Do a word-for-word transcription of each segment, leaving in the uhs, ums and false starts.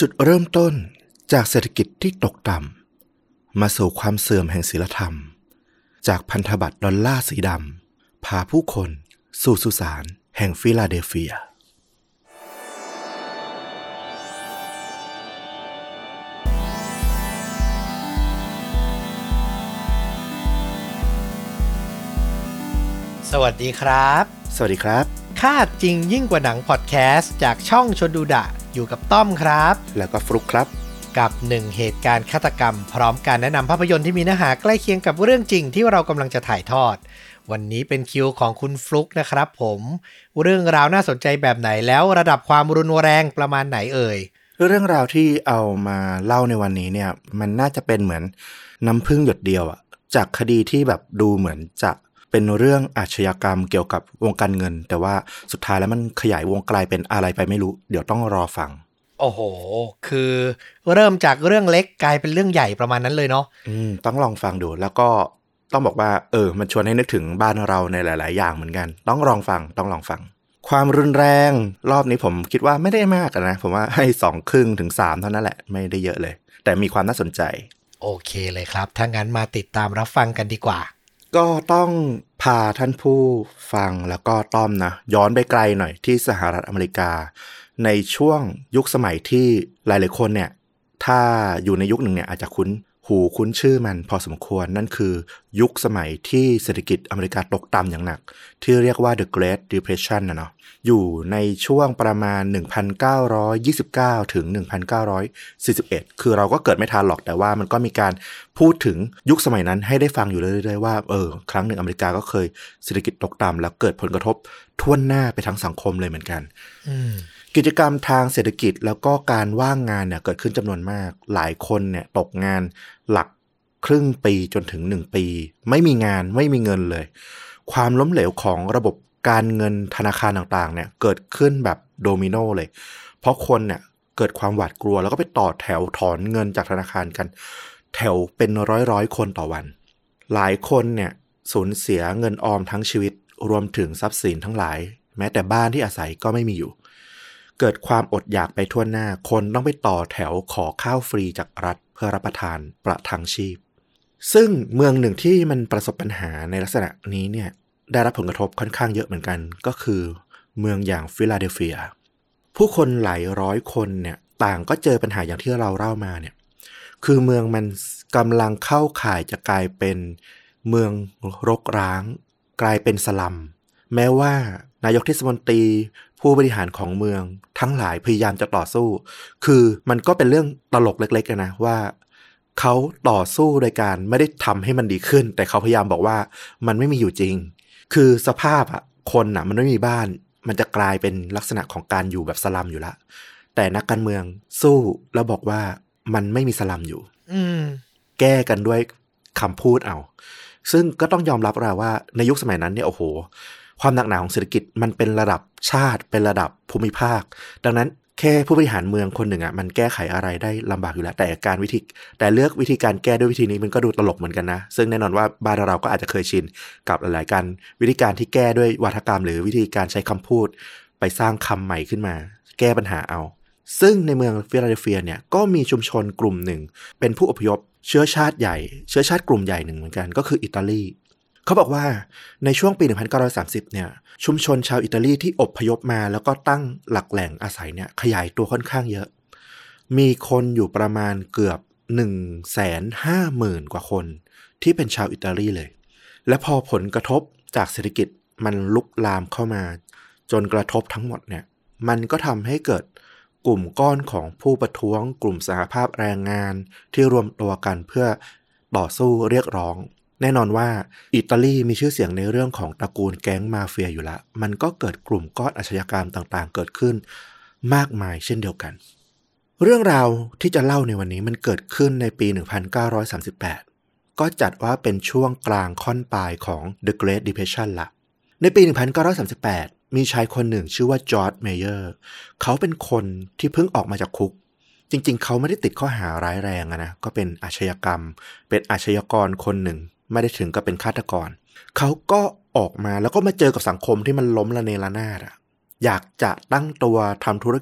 จุดเริ่มต้นจากเศรษฐกิจที่ตกต่ำมาสู่ความเสื่อมแห่งศีลธรรมจากพันธบัตรดอลลาร์สีดำพาผู้คนสู่สุสานแห่งฟิลาเดลเฟียสวัสดีครับสวัสดีครับค่าจริงยิ่งกว่าหนังพอดแคสต์จากช่องชนดูดะอยู่กับต้อมครับแล้วก็ฟลุ๊กครับกับหนึ่งเหตุการณ์ฆาตกรรมพร้อมการแนะนำภาพยนตร์ที่มีเนื้อหาใกล้เคียงกับเรื่องจริงที่เรากำลังจะถ่ายทอดวันนี้เป็นคิวของคุณฟลุ๊กนะครับผมเรื่องราวน่าสนใจแบบไหนแล้วระดับความรุนแรงประมาณไหนเอ่ยเรื่องราวที่เอามาเล่าในวันนี้เนี่ยมันน่าจะเป็นเหมือนน้ำพึ่งหยดเดียวอะจากคดีที่แบบดูเหมือนจะเป็นเรื่องอาชญากรรมเกี่ยวกับวงการเงินแต่ว่าสุดท้ายแล้วมันขยายวงกลายเป็นอะไรไปไม่รู้เดี๋ยวต้องรอฟังโอ้โหคือเริ่มจากเรื่องเล็กกลายเป็นเรื่องใหญ่ประมาณนั้นเลยเนาะอืมต้องลองฟังดูแล้วก็ต้องบอกว่าเออมันชวนให้นึกถึงบ้านเราในหลายๆอย่างเหมือนกันต้องลองฟังต้องลองฟังความรุนแรงรอบนี้ผมคิดว่าไม่ได้มากนะผมว่าให้สองครึ่งถึงสามเท่านั้นแหละไม่ได้เยอะเลยแต่มีความน่าสนใจโอเคเลยครับถ้างั้นมาติดตามรับฟังกันดีกว่าก็ต้องพาท่านผู้ฟังแล้วก็ต้อมนะย้อนไปไกลหน่อยที่สหรัฐอเมริกาในช่วงยุคสมัยที่หลายๆคนเนี่ยถ้าอยู่ในยุคหนึ่งเนี่ยอาจจะคุ้นหูคุ้นชื่อมันพอสมควรนั่นคือยุคสมัยที่เศรษฐกิจอเมริกาตกต่ำอย่างหนักที่เรียกว่า The Great Depression นะเนาะอยู่ในช่วงประมาณหนึ่งพันเก้าร้อยยี่สิบเก้าถึงหนึ่งพันเก้าร้อยสี่สิบเอ็ดคือเราก็เกิดไม่ทันหรอกแต่ว่ามันก็มีการพูดถึงยุคสมัยนั้นให้ได้ฟังอยู่เรื่อยๆว่าเออครั้งหนึ่งอเมริกาก็เคยเศรษฐกิจตกต่ำแล้วเกิดผลกระทบทั่วหน้าไปทั้งสังคมเลยเหมือนกันกิจกรรมทางเศรษฐกิจแล้วก็การว่างงานเนี่ยเกิดขึ้นจำนวนมากหลายคนเนี่ยตกงานหลักครึ่งปีจนถึงหนึ่งปีไม่มีงานไม่มีเงินเลยความล้มเหลวของระบบการเงินธนาคารต่างๆเนี่ยเกิดขึ้นแบบโดมิโนเลยเพราะคนเนี่ยเกิดความหวาดกลัวแล้วก็ไปต่อแถวถอนเงินจากธนาคารกันแถวเป็นร้อยๆคนต่อวันหลายคนเนี่ยสูญเสียเงินออมทั้งชีวิตรวมถึงทรัพย์สินทั้งหลายแม้แต่บ้านที่อาศัยก็ไม่มีอยู่เกิดความอดอยากไปทั่วหน้าคนต้องไปต่อแถวขอข้าวฟรีจากรัฐเพื่อรับประทานประทังชีพซึ่งเมืองหนึ่งที่มันประสบปัญหาในลักษณะนี้เนี่ยได้รับผลกระทบค่อนข้างเยอะเหมือนกันก็คือเมืองอย่างฟิลาเดลเฟียผู้คนหลายร้อยคนเนี่ยต่างก็เจอปัญหาอย่างที่เราเล่ามาเนี่ยคือเมืองมันกำลังเข้าข่ายจะกลายเป็นเมืองรกร้างกลายเป็นสลัมแม้ว่านายกเทศมนตรีผู้บริหารของเมืองทั้งหลายพยายามจะต่อสู้คือมันก็เป็นเรื่องตลกเล็กๆนะว่าเขาต่อสู้โดยการไม่ได้ทำให้มันดีขึ้นแต่เขาพยายามบอกว่ามันไม่มีอยู่จริงคือสภาพอ่ะคนอ่ะมันไม่มีบ้านมันจะกลายเป็นลักษณะของการอยู่แบบสลัมอยู่ละแต่นักการเมืองสู้แล้วบอกว่ามันไม่มีสลัมอยู่แก้กันด้วยคำพูดเอาซึ่งก็ต้องยอมรับแล้วว่าในยุคสมัยนั้นเนี่ยโอ้โหความหนักหนาของเศรษฐกิจมันเป็นระดับชาติเป็นระดับภูมิภาคดังนั้นแค่ผู้บริหารเมืองคนหนึ่งอ่ะมันแก้ไขอะไรได้ลำบากอยู่แล้วแต่การวิธีแต่เลือกวิธีการแก้ด้วยวิธีนี้มันก็ดูตลกเหมือนกันนะซึ่งแน่นอนว่าบ้านเราก็อาจจะเคยชินกับหลายๆการวิธีการที่แก้ด้วยวาทกรรมหรือวิธีการใช้คำพูดไปสร้างคำใหม่ขึ้นมาแก้ปัญหาเอาซึ่งในเมืองฟิลาเดลเฟียเนี่ยก็มีชุมชนกลุ่มหนึ่งเป็นผู้อพยพเชื้อชาติใหญ่เชื้อชาติกลุ่มใหญ่หนึ่งเหมือนกันก็คืออิตาลีเขาบอกว่าในช่วงปีหนึ่งพันเก้าร้อยสามสิบเนี่ยชุมชนชาวอิตาลีที่อพยพมาแล้วก็ตั้งหลักแหล่งอาศัยเนี่ยขยายตัวค่อนข้างเยอะมีคนอยู่ประมาณเกือบ หนึ่งแสนห้าหมื่น กว่าคนที่เป็นชาวอิตาลีเลยและพอผลกระทบจากเศรษฐกิจมันลุกลามเข้ามาจนกระทบทั้งหมดเนี่ยมันก็ทำให้เกิดกลุ่มก้อนของผู้ประท้วงกลุ่มสหภาพแรงงานที่รวมตัวกันเพื่อต่อสู้เรียกร้องแน่นอนว่าอิตาลีมีชื่อเสียงในเรื่องของตระกูลแก๊งมาเฟียอยู่แล้วมันก็เกิดกลุ่มก้อนอาชญากรรมต่างๆเกิดขึ้นมากมายเช่นเดียวกันเรื่องราวที่จะเล่าในวันนี้มันเกิดขึ้นในปีหนึ่งพันเก้าร้อยสามสิบแปดก็จัดว่าเป็นช่วงกลางค่อนปลายของ The Great Depression ละในปีหนึ่งพันเก้าร้อยสามสิบแปดมีชายคนหนึ่งชื่อว่าจอร์จเมเยอร์เขาเป็นคนที่เพิ่งออกมาจากคุกจริงๆเขาไม่ได้ติดข้อหาร้ายแรงนะก็เป็นอาชญากรรมเป็นอาชญากรคนหนึ่งไม่ได้ถึงกับเป็นฆาตกรเขาก็ออกมาแล้วก็มาเจอกับสังคมที่มันล้มละเนระนาดอ่ะอยากจะตั้งตัวทำธุรกิจ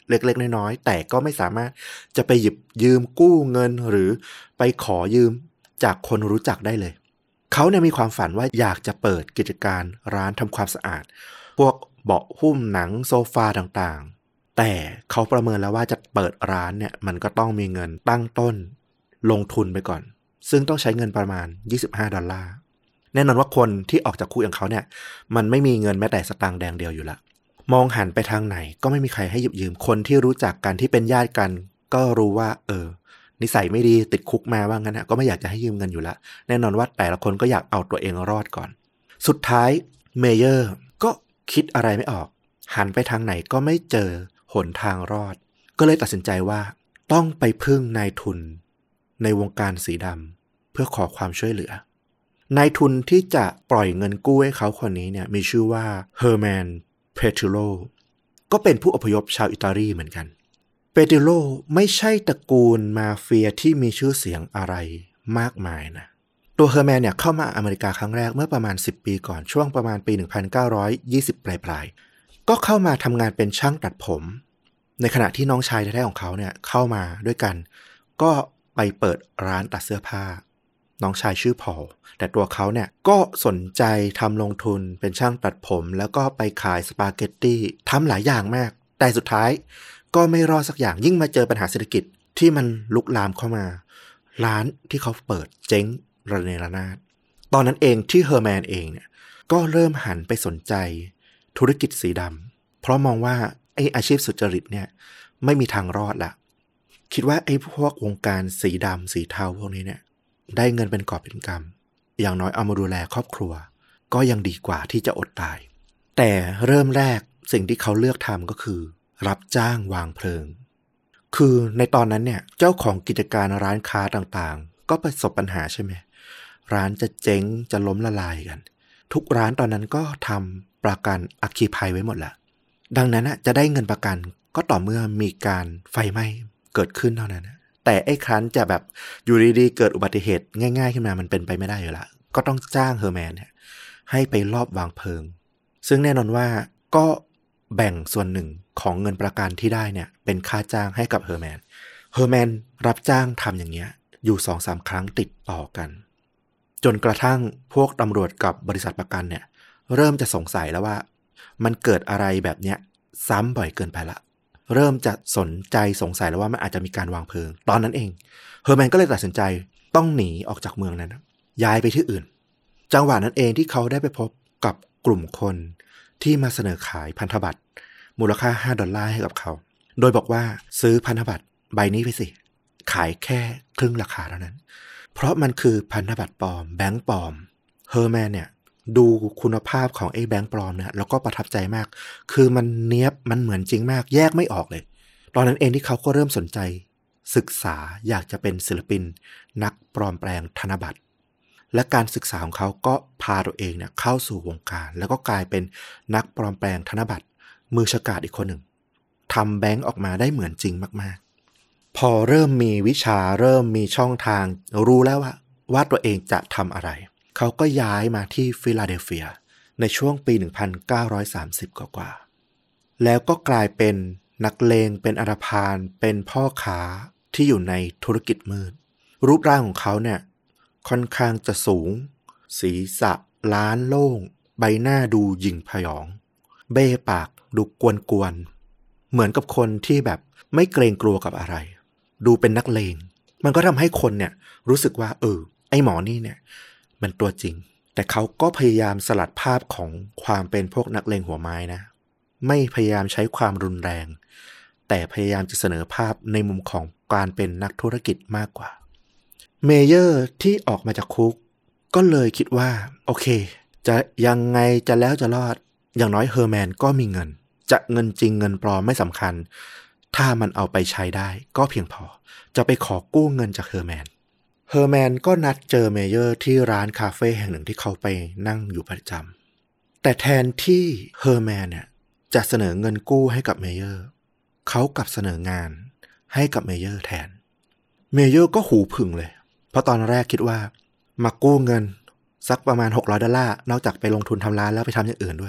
เล็กๆน้อยๆแต่ก็ไม่สามารถจะไปหยิบยืมกู้เงินหรือไปขอยืมจากคนรู้จักได้เลยเขาเนี่ยมีความฝันว่าอยากจะเปิดกิจการร้านทำความสะอาดพวกเบาะหุ้มหนังโซฟาต่างๆแต่เขาประเมินแล้วว่าจะเปิดร้านเนี่ยมันก็ต้องมีเงินตั้งต้นลงทุนไปก่อนซึ่งต้องใช้เงินประมาณยี่สิบห้าดอลลาร์แน่นอนว่าคนที่ออกจากคุกอย่างเขาเนี่ยมันไม่มีเงินแม้แต่สตางค์แดงเดียวอยู่ละมองหันไปทางไหนก็ไม่มีใครให้หยิบยืมคนที่รู้จักกันที่เป็นญาติกันก็รู้ว่าเออนิสัยไม่ดีติดคุกมาว่างั้นนะก็ไม่อยากจะให้ยืมเงินอยู่ละแน่นอนว่าแต่ละคนก็อยากเอาตัวเองรอดก่อนสุดท้ายเมเยอร์ก็คิดอะไรไม่ออกหันไปทางไหนก็ไม่เจอหนทางรอดก็เลยตัดสินใจว่าต้องไปพึ่งนายทุนในวงการสีดำเพื่อขอความช่วยเหลือนายทุนที่จะปล่อยเงินกู้ให้เขาคนนี้เนี่ยมีชื่อว่าเฮอร์แมนเพติโลก็เป็นผู้อพยพชาวอิตาลีเหมือนกันเปติโลไม่ใช่ตระกูลมาเฟียที่มีชื่อเสียงอะไรมากมายนะตัวเฮอร์แมนเนี่ยเข้ามาอเมริกาครั้งแรกเมื่อประมาณสิบปีก่อนช่วงประมาณปีหนึ่งพันเก้าร้อยยี่สิบปลายๆก็เข้ามาทำงานเป็นช่างตัดผมในขณะที่น้องชายแท้ๆของเขาเนี่ยเข้ามาด้วยกันก็ไปเปิดร้านตัดเสื้อผ้าน้องชายชื่อพอลแต่ตัวเขาเนี่ยก็สนใจทำลงทุนเป็นช่างตัดผมแล้วก็ไปขายสปาเกตตี้ทำหลายอย่างมากแต่สุดท้ายก็ไม่รอดสักอย่างยิ่งมาเจอปัญหาเศรษฐกิจที่มันลุกลามเข้ามาร้านที่เขาเปิดเจ๊งระเนระนาดตอนนั้นเองที่เฮอร์แมนเองเนี่ยก็เริ่มหันไปสนใจธุรกิจสีดำเพราะมองว่าไอ้อาชีพสุจริตเนี่ยไม่มีทางรอดละคิดว่าไอ้พวกวงการสีดำสีเทาพวกนี้เนี่ยได้เงินเป็นกอบเป็นกำอย่างน้อยเอามาดูแลครอบครัวก็ยังดีกว่าที่จะอดตายแต่เริ่มแรกสิ่งที่เขาเลือกทำก็คือรับจ้างวางเพลิงคือในตอนนั้นเนี่ยเจ้าของกิจการร้านค้าต่างๆก็ประสบปัญหาใช่ไหมร้านจะเจ๊งจะล้มละลายกันทุกร้านตอนนั้นก็ทำประกันอัคคีภัยไว้หมดแหละดังนั้นจะได้เงินประกันก็ต่อเมื่อมีการไฟไหม้เกิดขึ้นเท่านั้นแต่ไอ้ครั้นจะแบบอยู่ดีๆเกิดอุบัติเหตุง่ายๆขึ้นมามันเป็นไปไม่ได้อยู่ละก็ต้องจ้างเฮอร์แมนเนี่ยให้ไปลอบวางเพลิงซึ่งแน่นอนว่าก็แบ่งส่วนหนึ่งของเงินประกันที่ได้เนี่ยเป็นค่าจ้างให้กับเฮอร์แมนเฮอร์แมนรับจ้างทำอย่างเงี้ยอยู่ สองสาม ครั้งติดต่อกันจนกระทั่งพวกตำรวจกับบริษัทประกันเนี่ยเริ่มจะสงสัยแล้วว่ามันเกิดอะไรแบบเนี้ยซ้ำบ่อยเกินไปละเริ่มจะสนใจสงสัยแล้วว่ามันอาจจะมีการวางเพลิงตอนนั้นเองเฮอร์แมนก็เลยตัดสินใจต้องหนีออกจากเมืองนั้นย้ายไปที่อื่นจังหวะนั้นเองที่เขาได้ไปพบกับกลุ่มคนที่มาเสนอขายพันธบัตรมูลค่าห้าดอลลาร์ให้กับเขาโดยบอกว่าซื้อพันธบัตรใบนี้ไปสิขายแค่ครึ่งราคาเท่านั้นเพราะมันคือพันธบัตรปลอมแบงก์ปลอมเฮอร์แมนเนี่ยดูคุณภาพของไอ้แบงก์ปลอมเนี่ยแล้วก็ประทับใจมากคือมันเนียบมันเหมือนจริงมากแยกไม่ออกเลยตอนนั้นเองที่เขาก็เริ่มสนใจศึกษาอยากจะเป็นศิลปินนักปลอมแปลงธนบัตรและการศึกษาของเขาก็พาตัวเองเนี่ยเข้าสู่วงการแล้วก็กลายเป็นนักปลอมแปลงธนบัตรมือฉกาจอีกคนหนึ่งทำแบงก์ออกมาได้เหมือนจริงมากๆพอเริ่มมีวิชาเริ่มมีช่องทางรู้แล้วว่าว่าตัวเองจะทำอะไรเขาก็ย้ายมาที่ฟิลาเดลเฟียในช่วงปีหนึ่งพันเก้าร้อยสามสิบกว่าๆแล้วก็กลายเป็นนักเลงเป็นอันธพาลเป็นพ่อค้าที่อยู่ในธุรกิจมืดรูปร่างของเขาเนี่ยค่อนข้างจะสูงศีรษะล้านโล่งใบหน้าดูหยิ่งพยองเบ้ปากดูกวนๆเหมือนกับคนที่แบบไม่เกรงกลัวกับอะไรดูเป็นนักเลงมันก็ทำให้คนเนี่ยรู้สึกว่าเออไอ้หมอนี่เนี่ยมันตัวจริงแต่เขาก็พยายามสลัดภาพของความเป็นพวกนักเลงหัวไม้นะไม่พยายามใช้ความรุนแรงแต่พยายามจะเสนอภาพในมุมของการเป็นนักธุรกิจมากกว่าเมเยอร์ที่ออกมาจากคุกก็เลยคิดว่าโอเคจะยังไงจะแล้วจะรอดอย่างน้อยเฮอร์แมนก็มีเงินจะเงินจริงเงินปลอมไม่สำคัญถ้ามันเอาไปใช้ได้ก็เพียงพอจะไปขอกู้เงินจากเฮอร์แมนเฮอร์แมนก็นัดเจอเมเยอร์ที่ร้านคาเฟ่แห่งหนึ่งที่เขาไปนั่งอยู่ประจำแต่แทนที่เฮอร์แมนเนี่ยจะเสนอเงินกู้ให้กับเมเยอร์เขากลับเสนองานให้กับเมเยอร์แทนเมเยอร์ก็หูผึ่งเลยเพราะตอนแรกคิดว่ามากู้เงินสักประมาณหกร้อยดอลลาร์นอกจากไปลงทุนทำร้านแล้วไปทำอย่างอื่นด้วย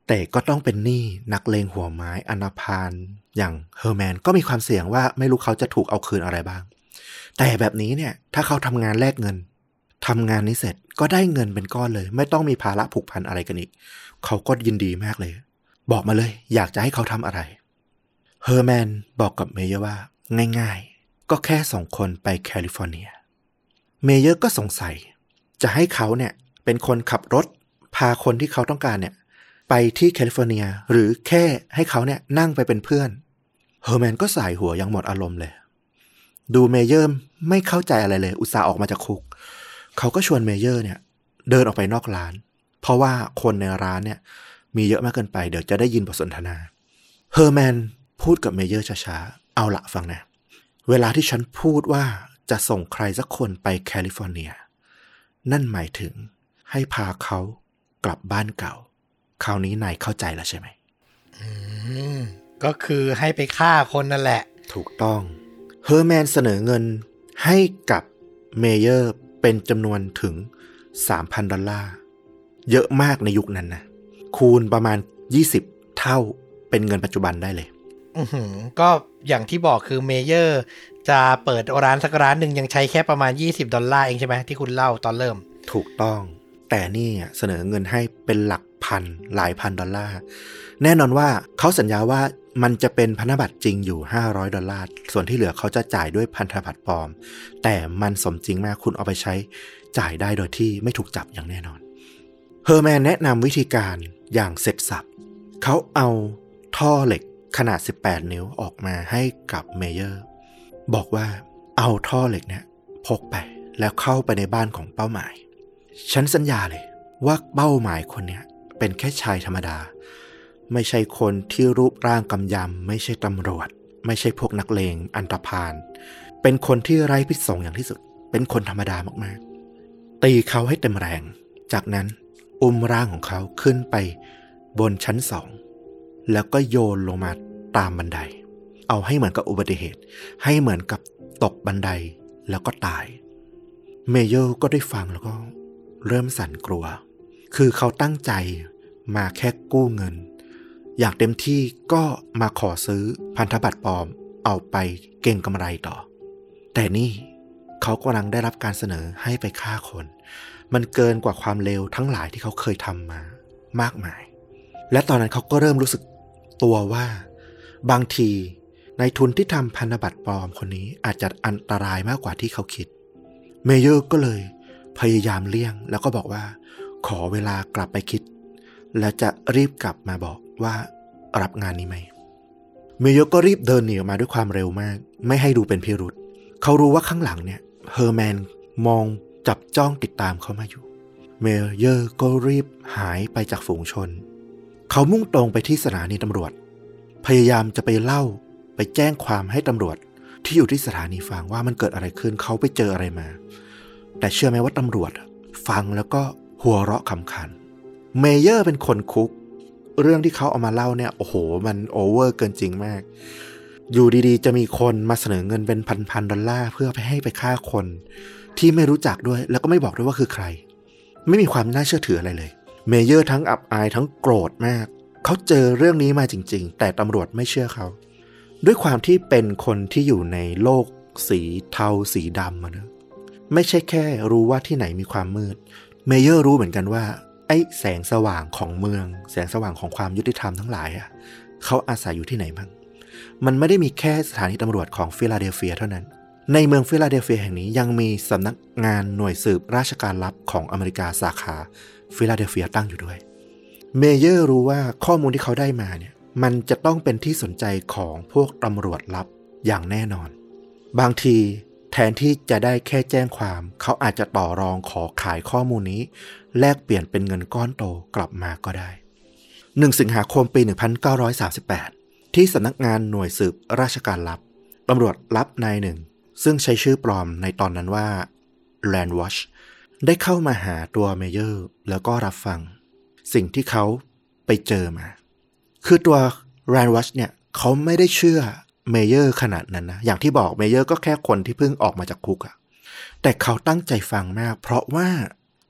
แต่ก็ต้องเป็นหนี้นักเลงหัวไม้อนาพานอย่างเฮอร์แมนก็มีความเสี่ยงว่าไม่รู้เขาจะถูกเอาคืนอะไรบ้างแต่แบบนี้เนี่ยถ้าเขาทำงานแลกเงินทำงานนี้เสร็จก็ได้เงินเป็นก้อนเลยไม่ต้องมีภาระผูกพันอะไรกันอีกเขาก็ยินดีมากเลยบอกมาเลยอยากจะให้เขาทำอะไรเฮอร์แมนบอกกับเมเยอร์ว่าง่ายๆก็แค่ส่งคนไปแคลิฟอร์เนียเมเยอร์ก็สงสัยจะให้เขาเนี่ยเป็นคนขับรถพาคนที่เขาต้องการเนี่ยไปที่แคลิฟอร์เนียหรือแค่ให้เขาเนี่ยนั่งไปเป็นเพื่อนเฮอร์แมนก็สายหัวยังหมดอารมณ์เลยดูเมเยอร์ไม่เข้าใจอะไรเลยอุตส่าห์ออกมาจากคุกเขาก็ชวนเมเยอร์เนี่ยเดินออกไปนอกร้านเพราะว่าคนในร้านเนี่ยมีเยอะมากเกินไปเดี๋ยวจะได้ยินบทสนทนาเฮอร์แมนพูดกับเมเยอร์ช้าๆเอาละฟังนะเวลาที่ฉันพูดว่าจะส่งใครสักคนไปแคลิฟอร์เนียนั่นหมายถึงให้พาเขากลับบ้านเก่าคราวนี้นายเข้าใจแล้วใช่ไหมอืมก็คือให้ไปฆ่าคนนั่นแหละถูกต้องเฮอร์แมนเสนอเงินให้กับเมเยอร์เป็นจำนวนถึง สามพัน ดอลลาร์เยอะมากในยุคนั้นนะคูณประมาณยี่สิบเท่าเป็นเงินปัจจุบันได้เลยอือหือก็อย่างที่บอกคือเมเยอร์จะเปิดร้านสักร้านหนึ่งยังใช้แค่ประมาณยี่สิบดอลลาร์เองใช่ไหมที่คุณเล่าตอนเริ่มถูกต้องแต่นี่เสนอเงินให้เป็นหลักพันหลายพันดอลลาร์แน่นอนว่าเขาสัญญาว่ามันจะเป็นพันธบัตรจริงอยู่ห้าร้อยดอลลาร์ส่วนที่เหลือเขาจะจ่ายด้วยพันธบัตรปลอมแต่มันสมจริงมากคุณเอาไปใช้จ่ายได้โดยที่ไม่ถูกจับอย่างแน่นอนเฮอร์แมนแนะนำวิธีการอย่างเสร็จสับเขาเอาท่อเหล็กขนาดสิบแปดนิ้วออกมาให้กับเมเยอร์บอกว่าเอาท่อเหล็กเนี่ยพกไปแล้วเข้าไปในบ้านของเป้าหมายฉันสัญญาเลยว่าเป้าหมายคนเนี้ยเป็นแค่ชายธรรมดาไม่ใช่คนที่รูปร่างกำยำไม่ใช่ตำรวจไม่ใช่พวกนักเลงอันธพาลเป็นคนที่ไร้พิษสงอย่างที่สุดเป็นคนธรรมดามากๆตีเขาให้เต็มแรงจากนั้นอุ้มร่างของเขาขึ้นไปบนชั้นสองแล้วก็โยนลงมาตามบันไดเอาให้เหมือนกับอุบัติเหตุให้เหมือนกับตกบันไดแล้วก็ตายเมเยอร์ก็ได้ฟังแล้วก็เริ่มสั่นกลัวคือเขาตั้งใจมาแค่กู้เงินอยากเต็มที่ก็มาขอซื้อพันธบัตรปลอมเอาไปเก็งกำไรต่อแต่นี่เขากำลังได้รับการเสนอให้ไปฆ่าคนมันเกินกว่าความเลวทั้งหลายที่เขาเคยทำมามากมายและตอนนั้นเขาก็เริ่มรู้สึกตัวว่าบางทีนายทุนที่ทำพันธบัตรปลอมคนนี้อาจจะอันตรายมากกว่าที่เขาคิดเมเยอร์ก็เลยพยายามเลี่ยงแล้วก็บอกว่าขอเวลากลับไปคิดแล้วจะรีบกลับมาบอกว่ารับงานนี้ไหมเมเยอร์ก็รีบเดินหนีออกมาด้วยความเร็วมากไม่ให้ดูเป็นพิรุธเขารู้ว่าข้างหลังเนี่ยเฮอร์แมนมองจับจ้องติดตามเขามาอยู่เมเยอร์ก็รีบหายไปจากฝูงชนเขามุ่งตรงไปที่สถานีตำรวจพยายามจะไปเล่าไปแจ้งความให้ตำรวจที่อยู่ที่สถานีฟังว่ามันเกิดอะไรขึ้นเขาไปเจออะไรมาแต่เชื่อไหมว่าตำรวจฟังแล้วก็หัวเราะขำขันเมเยอร์เป็นคนคุกเรื่องที่เขาเอามาเล่าเนี่ยโอ้โหมันโอเวอร์เกินจริงมากอยู่ดีๆจะมีคนมาเสนอเงินเป็นพันๆดอลลาร์เพื่อไปให้ไปฆ่าคนที่ไม่รู้จักด้วยแล้วก็ไม่บอกด้วยว่าคือใครไม่มีความน่าเชื่อถืออะไรเลยเมเยอร์ทั้งอับอายทั้งโกรธมากเขาเจอเรื่องนี้มาจริงๆแต่ตำรวจไม่เชื่อเขาด้วยความที่เป็นคนที่อยู่ในโลกสีเทาสีดำนะไม่ใช่แค่รู้ว่าที่ไหนมีความมืดเมเยอร์รู้เหมือนกันว่าไอ้แสงสว่างของเมืองแสงสว่างของความยุติธรรมทั้งหลายอ่ะเขาอาศัยอยู่ที่ไหนบ้างมันไม่ได้มีแค่สถานีตำรวจของฟิลาเดลเฟียเท่านั้นในเมืองฟิลาเดลเฟียแห่งนี้ยังมีสำนักงานหน่วยสืบราชการลับของอเมริกาสาขาฟิลาเดลเฟียตั้งอยู่ด้วยเมเยอร์รู้ว่าข้อมูลที่เขาได้มาเนี่ยมันจะต้องเป็นที่สนใจของพวกตำรวจลับอย่างแน่นอนบางทีแทนที่จะได้แค่แจ้งความเขาอาจจะต่อรองขอขายข้อมูลนี้แลกเปลี่ยนเป็นเงินก้อนโตกลับมาก็ได้หนึ่งสิงหาคมปีหนึ่งพันเก้าร้อยสามสิบแปดที่สำนักงานหน่วยสืบราชการลับตำรวจลับนายหนึ่งซึ่งใช้ชื่อปลอมในตอนนั้นว่าแลนด์วอชได้เข้ามาหาตัวเมเยอร์แล้วก็รับฟังสิ่งที่เขาไปเจอมาคือตัวแลนด์วอชเนี่ยเขาไม่ได้เชื่อเมเยอร์ขนาดนั้นนะอย่างที่บอกเมเยอร์ก็แค่คนที่เพิ่งออกมาจากคุกอะแต่เขาตั้งใจฟังมากเพราะว่าเฮ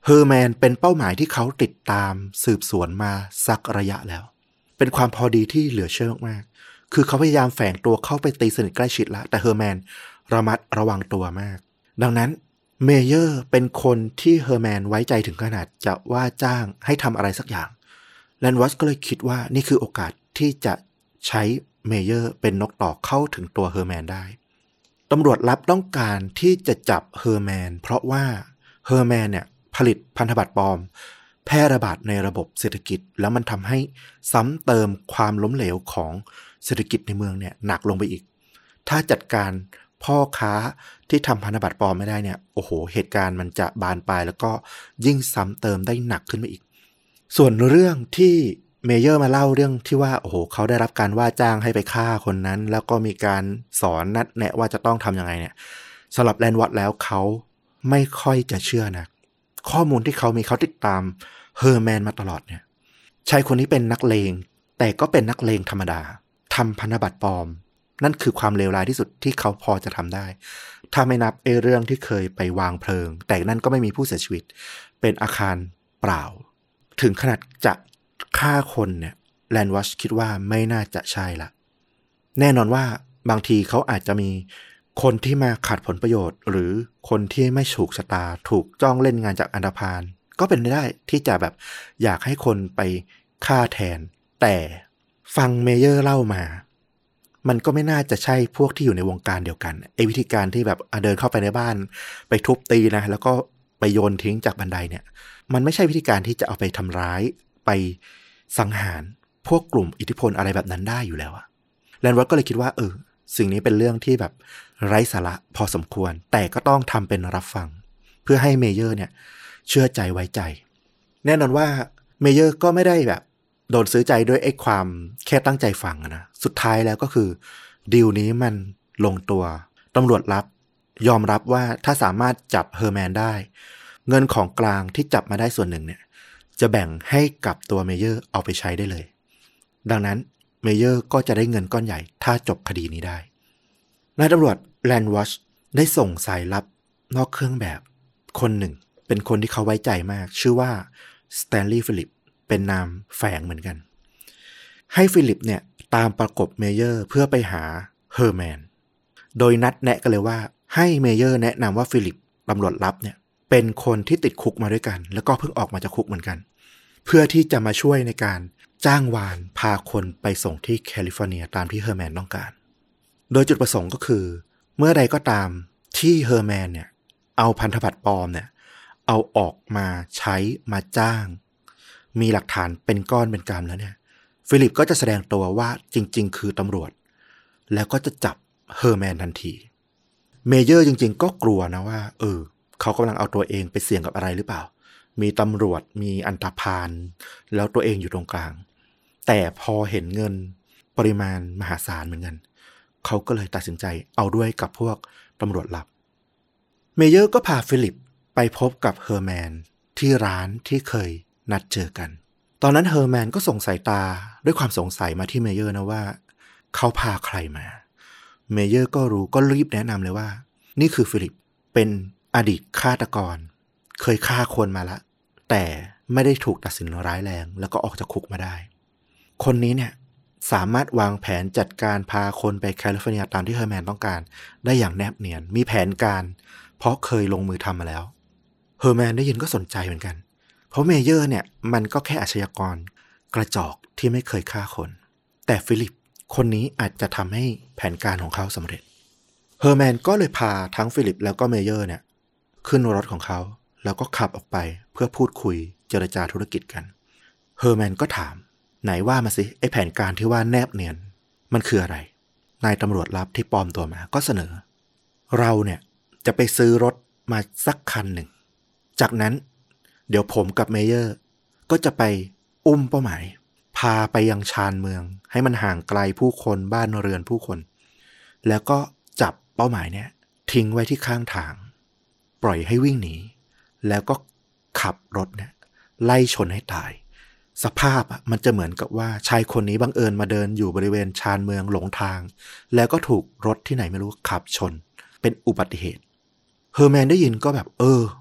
เฮอร์แมนเป็นเป้าหมายที่เขาติดตามสืบสวนมาสักระยะแล้วเป็นความพอดีที่เหลือเชื่อมากๆคือเขาพยายามแฝงตัวเข้าไปตีสนิทใกล้ชิดแล้วแต่เฮอร์แมนระมัดระวังตัวมากดังนั้นเมเยอร์เป็นคนที่เฮอร์แมนไว้ใจถึงขนาดจะว่าจ้างให้ทำอะไรสักอย่างแลนวอชก็เลยคิดว่านี่คือโอกาสที่จะใช้เมเยอร์เป็นนกต่อเข้าถึงตัวเฮอร์แมนได้ตำรวจลับต้องการที่จะจับเฮอร์แมนเพราะว่าเฮอร์แมนเนี่ยผลิตพันธบัตรปลอมแพร่ระบาดในระบบเศรษฐกิจแล้วมันทำให้ซ้ำเติมความล้มเหลวของเศรษฐกิจในเมืองเนี่ยหนักลงไปอีกถ้าจัดการพ่อค้าที่ทำพันธบัตรปลอมไม่ได้เนี่ยโอ้โหเหตุการณ์มันจะบานปลายแล้วก็ยิ่งซ้ำเติมได้หนักขึ้นไปอีกส่วนเรื่องที่เมเยอร์มาเล่าเรื่องที่ว่าโอ้โหเขาได้รับการว่าจ้างให้ไปฆ่าคนนั้นแล้วก็มีการสอนนัดแนะว่าจะต้องทำยังไงเนี่ยสำหรับแลนวอตแล้วเขาไม่ค่อยจะเชื่อนะข้อมูลที่เขามีเขาติดตามเฮอร์แมนมาตลอดเนี่ยชายคนนี้เป็นนักเลงแต่ก็เป็นนักเลงธรรมดาทำพันธบัตรปลอมนั่นคือความเลวร้ายที่สุดที่เขาพอจะทำได้ถ้าไม่นับเอเรื่องที่เคยไปวางเพลิงแต่นั่นก็ไม่มีผู้เสียชีวิตเป็นอาคารเปล่าถึงขนาดจะฆ่าคนเนี่ยแลนวอชคิดว่าไม่น่าจะใช่ละแน่นอนว่าบางทีเขาอาจจะมีคนที่มาขัดผลประโยชน์หรือคนที่ไม่ถูกชะตาถูกจ้องเล่นงานจากอันธพาลก็เป็นได้ที่จะแบบอยากให้คนไปฆ่าแทนแต่ฟังเมเยอร์เล่ามามันก็ไม่น่าจะใช่พวกที่อยู่ในวงการเดียวกันไอ้วิธีการที่แบบเดินเข้าไปในบ้านไปทุบตีนะแล้วก็ไปโยนทิ้งจากบันไดเนี่ยมันไม่ใช่วิธีการที่จะเอาไปทำร้ายไปสังหารพวกกลุ่มอิทธิพลอะไรแบบนั้นได้อยู่แล้วอะแลนวอตก็เลยคิดว่าเออสิ่งนี้เป็นเรื่องที่แบบไร้สาระพอสมควรแต่ก็ต้องทำเป็นรับฟังเพื่อให้เมเยอร์เนี่ยเชื่อใจไว้ใจแน่นอนว่าเมเยอร์ก็ไม่ได้แบบโดนซื้อใจด้วยไอ้ความแค่ตั้งใจฟังนะสุดท้ายแล้วก็คือดีลนี้มันลงตัวตำรวจลับยอมรับว่าถ้าสามารถจับเฮอร์แมนได้เงินของกลางที่จับมาได้ส่วนหนึ่งเนี่ยจะแบ่งให้กับตัวเมเยอร์เอาไปใช้ได้เลยดังนั้นเมเยอร์ก็จะได้เงินก้อนใหญ่ถ้าจบคดีนี้ได้นายตำรวจแลนวอชได้ส่งสายลับนอกเครื่องแบบคนหนึ่งเป็นคนที่เขาไว้ใจมากชื่อว่าสแตนลีย์ฟิลิปเป็นนามแฝงเหมือนกันให้ฟิลิปเนี่ยตามประกบเมเยอร์เพื่อไปหาเฮอร์แมนโดยนัดแนะกันเลยว่าให้เมเยอร์แนะนำว่าฟิลิปตำรวจลับเนี่ยเป็นคนที่ติดคุกมาด้วยกันแล้วก็เพิ่งออกมาจากคุกเหมือนกันเพื่อที่จะมาช่วยในการจ้างวานพาคนไปส่งที่แคลิฟอร์เนียตามที่เฮอร์แมนต้องการโดยจุดประสงค์ก็คือเมื่อใดก็ตามที่เฮอร์แมนเนี่ยเอาพันธบัตรปลอมเนี่ยเอาออกมาใช้มาจ้างมีหลักฐานเป็นก้อนเป็นกำแล้วเนี่ยฟิลิปก็จะแสดงตัวว่าจริงๆคือตำรวจแล้วก็จะจับเฮอร์แมนทันทีเมเยอร์จริงๆก็กลัวนะว่าเออเขากำลังเอาตัวเองไปเสี่ยงกับอะไรหรือเปล่ามีตำรวจมีอันธพาลแล้วตัวเองอยู่ตรงกลางแต่พอเห็นเงินปริมาณมหาศาลเหมือนกันเขาก็เลยตัดสินใจเอาด้วยกับพวกตำรวจลับเมเยอร์ก็พาฟิลิปไปพบกับเฮอร์แมนที่ร้านที่เคยนัดเจอกันตอนนั้นเฮอร์แมนก็ส่งสายตาด้วยความสงสัยมาที่เมเยอร์นะว่าเขาพาใครมาเมเยอร์ก็รู้ก็รีบแนะนำเลยว่านี่คือฟิลิปเป็นอดีตฆาตกรเคยฆ่าคนมาละแต่ไม่ได้ถูกตัดสินร้ายแรงแล้วก็ออกจากคุกมาได้คนนี้เนี่ยสามารถวางแผนจัดการพาคนไปแคลิฟอร์เนียตามที่เฮอร์แมนต้องการได้อย่างแนบเนียนมีแผนการเพราะเคยลงมือทำมาแล้วเฮอร์แมนได้ยินก็สนใจเหมือนกันเพราะเมเยอร์เนี่ยมันก็แค่อาชญากรกระจอกที่ไม่เคยฆ่าคนแต่ฟิลิปคนนี้อาจจะทำให้แผนการของเขาสำเร็จเฮอร์แมนก็เลยพาทั้งฟิลิปแล้วก็เมเยอร์เนี่ยขึ้นรถของเขาแล้วก็ขับออกไปเพื่อพูดคุยเจรจาธุรกิจกันเฮอร์แมนก็ถามไหนว่ามาสิไอ้แผนการที่ว่าแนบเนียนมันคืออะไรนายตำรวจลับที่ปลอมตัวมาก็เสนอเราเนี่ยจะไปซื้อรถมาสักคันหนึ่งจากนั้นเดี๋ยวผมกับเมเยอร์ก็จะไปอุ้มเป้าหมายพาไปยังชานเมืองให้มันห่างไกลผู้คนบ้านเรือนผู้คนแล้วก็จับเป้าหมายเนี่ยทิ้งไว้ที่ข้างทางปล่อยให้วิ่งหนีแล้วก็ขับรถเนี่ยไล่ชนให้ตายสภาพอ่ะมันจะเหมือนกับว่าชายคนนี้บังเอิญมาเดินอยู่บริเวณชานเมืองหลงทางแล้วก็ถูกรถที่ไหนไม่รู้ขับชนเป็นอุบัติเหตุเฮอร์แมนได้ยินก็แบบเออเ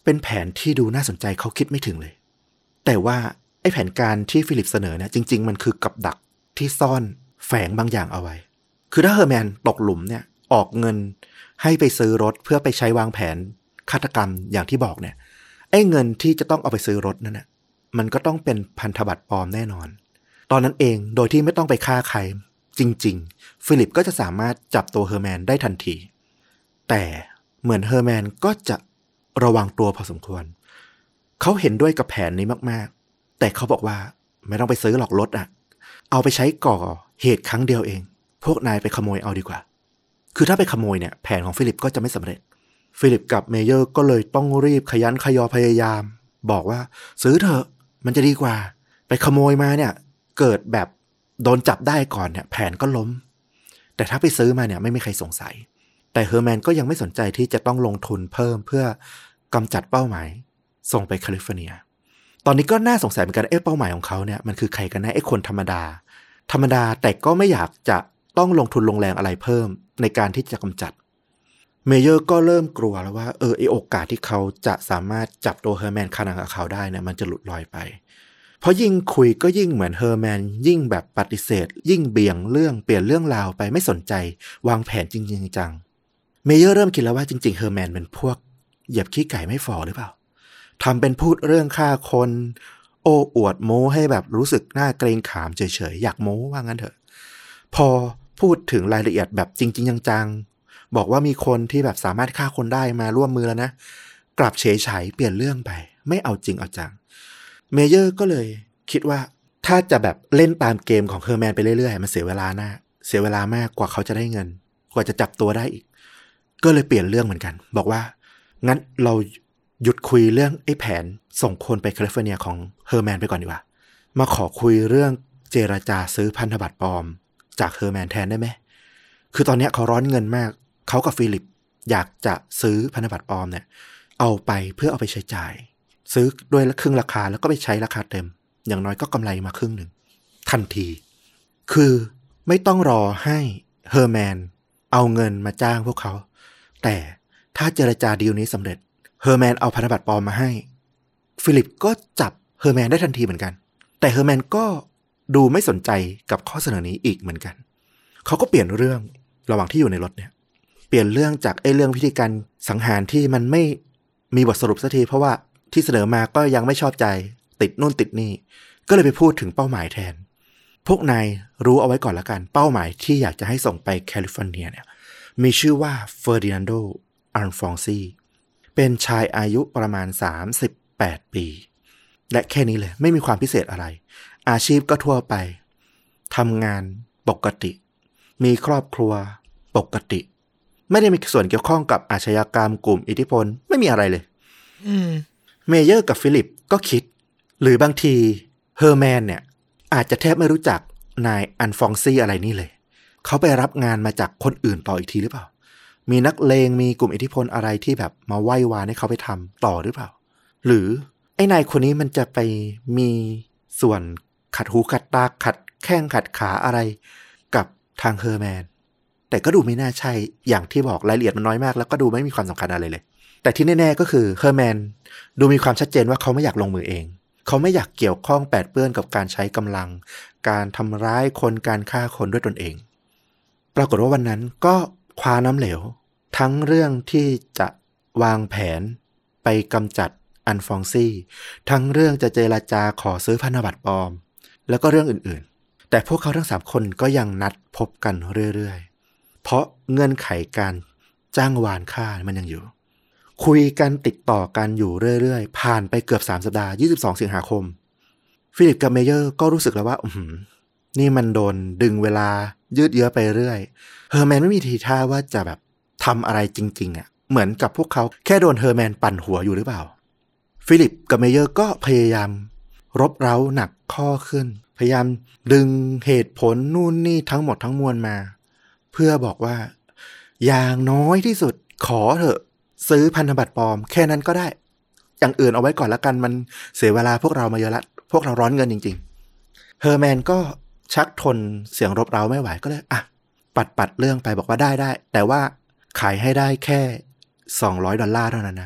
เป็นแผนที่ดูน่าสนใจเขาคิดไม่ถึงเลยแต่ว่าไอ้แผนการที่ฟิลิปเสนอเนี่ยจริงๆมันคือกับดักที่ซ่อนแฝงบางอย่างเอาไว้คือถ้าเฮอร์แมนตกหลุมเนี่ยออกเงินให้ไปซื้อรถเพื่อไปใช้วางแผนฆาตกรรมอย่างที่บอกเนี่ยไอ้เงินที่จะต้องเอาไปซื้อรถนั่นน่ะมันก็ต้องเป็นพันธบัตรปลอมแน่นอนตอนนั้นเองโดยที่ไม่ต้องไปฆ่าใครจริงๆฟิลิปก็จะสามารถจับตัวเฮอร์แมนได้ทันทีแต่เหมือนเฮอร์แมนก็จะระวังตัวพอสมควรเขาเห็นด้วยกับแผนนี้มากๆแต่เขาบอกว่าไม่ต้องไปซื้อหรอกรถอ่ะเอาไปใช้ก่อเหตุครั้งเดียวเองพวกนายไปขโมยเอาดีกว่าคือถ้าไปขโมยเนี่ยแผนของฟิลิปก็จะไม่สำเร็จฟิลิปกับเมเยอร์ก็เลยต้องรีบขยันขยอพยายามบอกว่าซื้อเถอะมันจะดีกว่าไปขโมยมาเนี่ยเกิดแบบโดนจับได้ก่อนเนี่ยแผนก็ล้มแต่ถ้าไปซื้อมาเนี่ยไม่มีใครสงสัยแต่เฮอร์แมนก็ยังไม่สนใจที่จะต้องลงทุนเพิ่มเพื่อกำจัดเป้าหมายส่งไปแคลิฟอร์เนียตอนนี้ก็น่าสงสัยเหมือนกันเอ๊ะเป้าหมายของเขาเนี่ยมันคือใครกันแน่ไอ้คนธรรมดาธรรมดาแต่ก็ไม่อยากจะต้องลงทุนลงแรงอะไรเพิ่มในการที่จะกำจัดเมเยอร์ก็เริ่มกลัวแล้วว่าเออไอ้โอกาสที่เขาจะสามารถจับตัวเฮอร์แมนคานังกับเขาได้เนี่ยมันจะหลุดลอยไปเพราะยิ่งคุยก็ยิ่งเหมือนเฮอร์แมนยิ่งแบบปฏิเสธยิ่งเบี่ยงเรื่องเปลี่ยนเรื่องราวไปไม่สนใจวางแผนจริงๆจังเมเยอร์เริ่มคิดแล้วว่าจริงๆเฮอร์แมนเป็นพวกเหยียบขี้ไก่ไม่ฝ่อหรือเปล่าทำเป็นพูดเรื่องฆ่าคนโอ้อวดโม้ให้แบบรู้สึกน่าเกรงขามเฉยๆอยากโม้ว่างั้นเถอะพอพูดถึงรายละเอียดแบบจริงๆจังๆบอกว่ามีคนที่แบบสามารถฆ่าคนได้มาร่วมมือแล้วนะกลับเฉยๆเปลี่ยนเรื่องไปไม่เอาจริงเอาจังเมเยอร์ก็เลยคิดว่าถ้าจะแบบเล่นตามเกมของเฮอร์แมนไปเรื่อยๆมันเสียเวลาหน้าเสียเวลามากกว่าเขาจะได้เงินกว่าจะจับตัวได้อีกก็เลยเปลี่ยนเรื่องเหมือนกันบอกว่างั้นเราหยุดคุยเรื่องไอ้แผนส่งคนไปแคลิฟอร์เนียของเฮอร์แมนไปก่อนดีกว่ามาขอคุยเรื่องเจรจาซื้อพันธบัตรปลอมจากเฮอร์แมนแทนได้ไหมคือตอนนี้เขาร้อนเงินมากเขากับฟิลิปอยากจะซื้อพันธบัตรปลอมเนี่ยเอาไปเพื่อเอาไปใช้จ่ายซื้อด้วยครึ่งราคาแล้วก็ไปใช้ราคาเต็มอย่างน้อยก็กำไรมาครึ่งหนึ่งทันทีคือไม่ต้องรอให้เฮอร์แมนเอาเงินมาจ้างพวกเขาแต่ถ้าเจรจาดีลนี้สำเร็จเฮอร์แมนเอาพันธบัตรปลอมมาให้ฟิลิปก็จับเฮอร์แมนได้ทันทีเหมือนกันแต่เฮอร์แมนก็ดูไม่สนใจกับข้อเสนอนี้อีกเหมือนกันเขาก็เปลี่ยนเรื่องระหว่างที่อยู่ในรถเนี่ยเปลี่ยนเรื่องจากไอ้เรื่องพิธีการสังหารที่มันไม่มีบทสรุปสักทีเพราะว่าที่เสนอมาก็ยังไม่ชอบใจติดนู่นติดนี่ก็เลยไปพูดถึงเป้าหมายแทนพวกนายรู้เอาไว้ก่อนละกันเป้าหมายที่อยากจะให้ส่งไปแคลิฟอร์เนียเนี่ยมีชื่อว่าเฟอร์ดินานโด อัลฟองซีเป็นชายอายุประมาณสามสิบแปดปีและแค่นี้เลยไม่มีความพิเศษอะไรอาชีพก็ทั่วไปทำงานปกติมีครอบครัวปกติไม่ได้มีส่วนเกี่ยวข้องกับอาชญากรรมกลุ่มอิทธิพลไม่มีอะไรเลยเมเยอร์กับฟิลิปก็คิดหรือบางทีเฮอร์แมนเนี่ยอาจจะแทบไม่รู้จักนายอัลฟองซีอะไรนี่เลยเขาไปรับงานมาจากคนอื่นต่ออีกทีหรือเปล่ามีนักเลงมีกลุ่มอิทธิพลอะไรที่แบบมาไหว้วานให้เขาไปทำต่อหรือเปล่าหรือไอ้นายคนนี้มันจะไปมีส่วนขัดหูขัดตาขัดแข้งขัดขาอะไรกับทางเฮอร์แมนแต่ก็ดูไม่น่าใช่อย่างที่บอกรายละเอียดมันน้อยมากแล้วก็ดูไม่มีความสำคัญอะไรเลยแต่ที่แน่ๆก็คือเฮอร์แมนดูมีความชัดเจนว่าเขาไม่อยากลงมือเองเขาไม่อยากเกี่ยวข้องแปดเปื้อนกับการใช้กำลังการทำร้ายคนการฆ่าคนด้วยตนเองปรากฏว่าวันนั้นก็คว้าน้ำเหลวทั้งเรื่องที่จะวางแผนไปกำจัดอัลฟองซีทั้งเรื่องจะเจรจาขอซื้อพันธบัตรปลอมแล้วก็เรื่องอื่นๆแต่พวกเขาทั้งสามคนก็ยังนัดพบกันเรื่อยๆเพราะเงื่อนไขการจ้างวานฆ่ามันยังอยู่คุยกันติดต่อกันอยู่เรื่อยๆผ่านไปเกือบสามสัปดาห์ยี่สิบสองสิงหาคมฟิลิปกับเมเยอร์ก็รู้สึกแล้วว่าอืมนี่มันโดนดึงเวลายืดเยื้อไปเรื่อยเฮอร์แมนไม่มีทีท่าว่าจะแบบทำอะไรจริงๆอ่ะเหมือนกับพวกเขาแค่โดนเฮอร์แมนปั่นหัวอยู่หรือเปล่าฟิลิปกับเมเยอร์ก็พยายามรบเร้าหนักข้อขึ้นพยายามดึงเหตุผลนู่นนี่ทั้งหมดทั้งมวลมาเพื่อบอกว่าอย่างน้อยที่สุดขอเถอะซื้อพันธบัตรปลอมแค่นั้นก็ได้อย่างอื่นเอาไว้ก่อนละกันมันเสียเวลาพวกเรามาเยอะละพวกเราร้อนเงินจริงๆเฮอร์แมนก็ชักทนเสียงรบเร้าไม่ไหวก็เลยอ่ะปัดปัดเรื่องไปบอกว่าได้ได้แต่ว่าขายให้ได้แค่สองร้อยดอลลาร์เท่านั้นนะ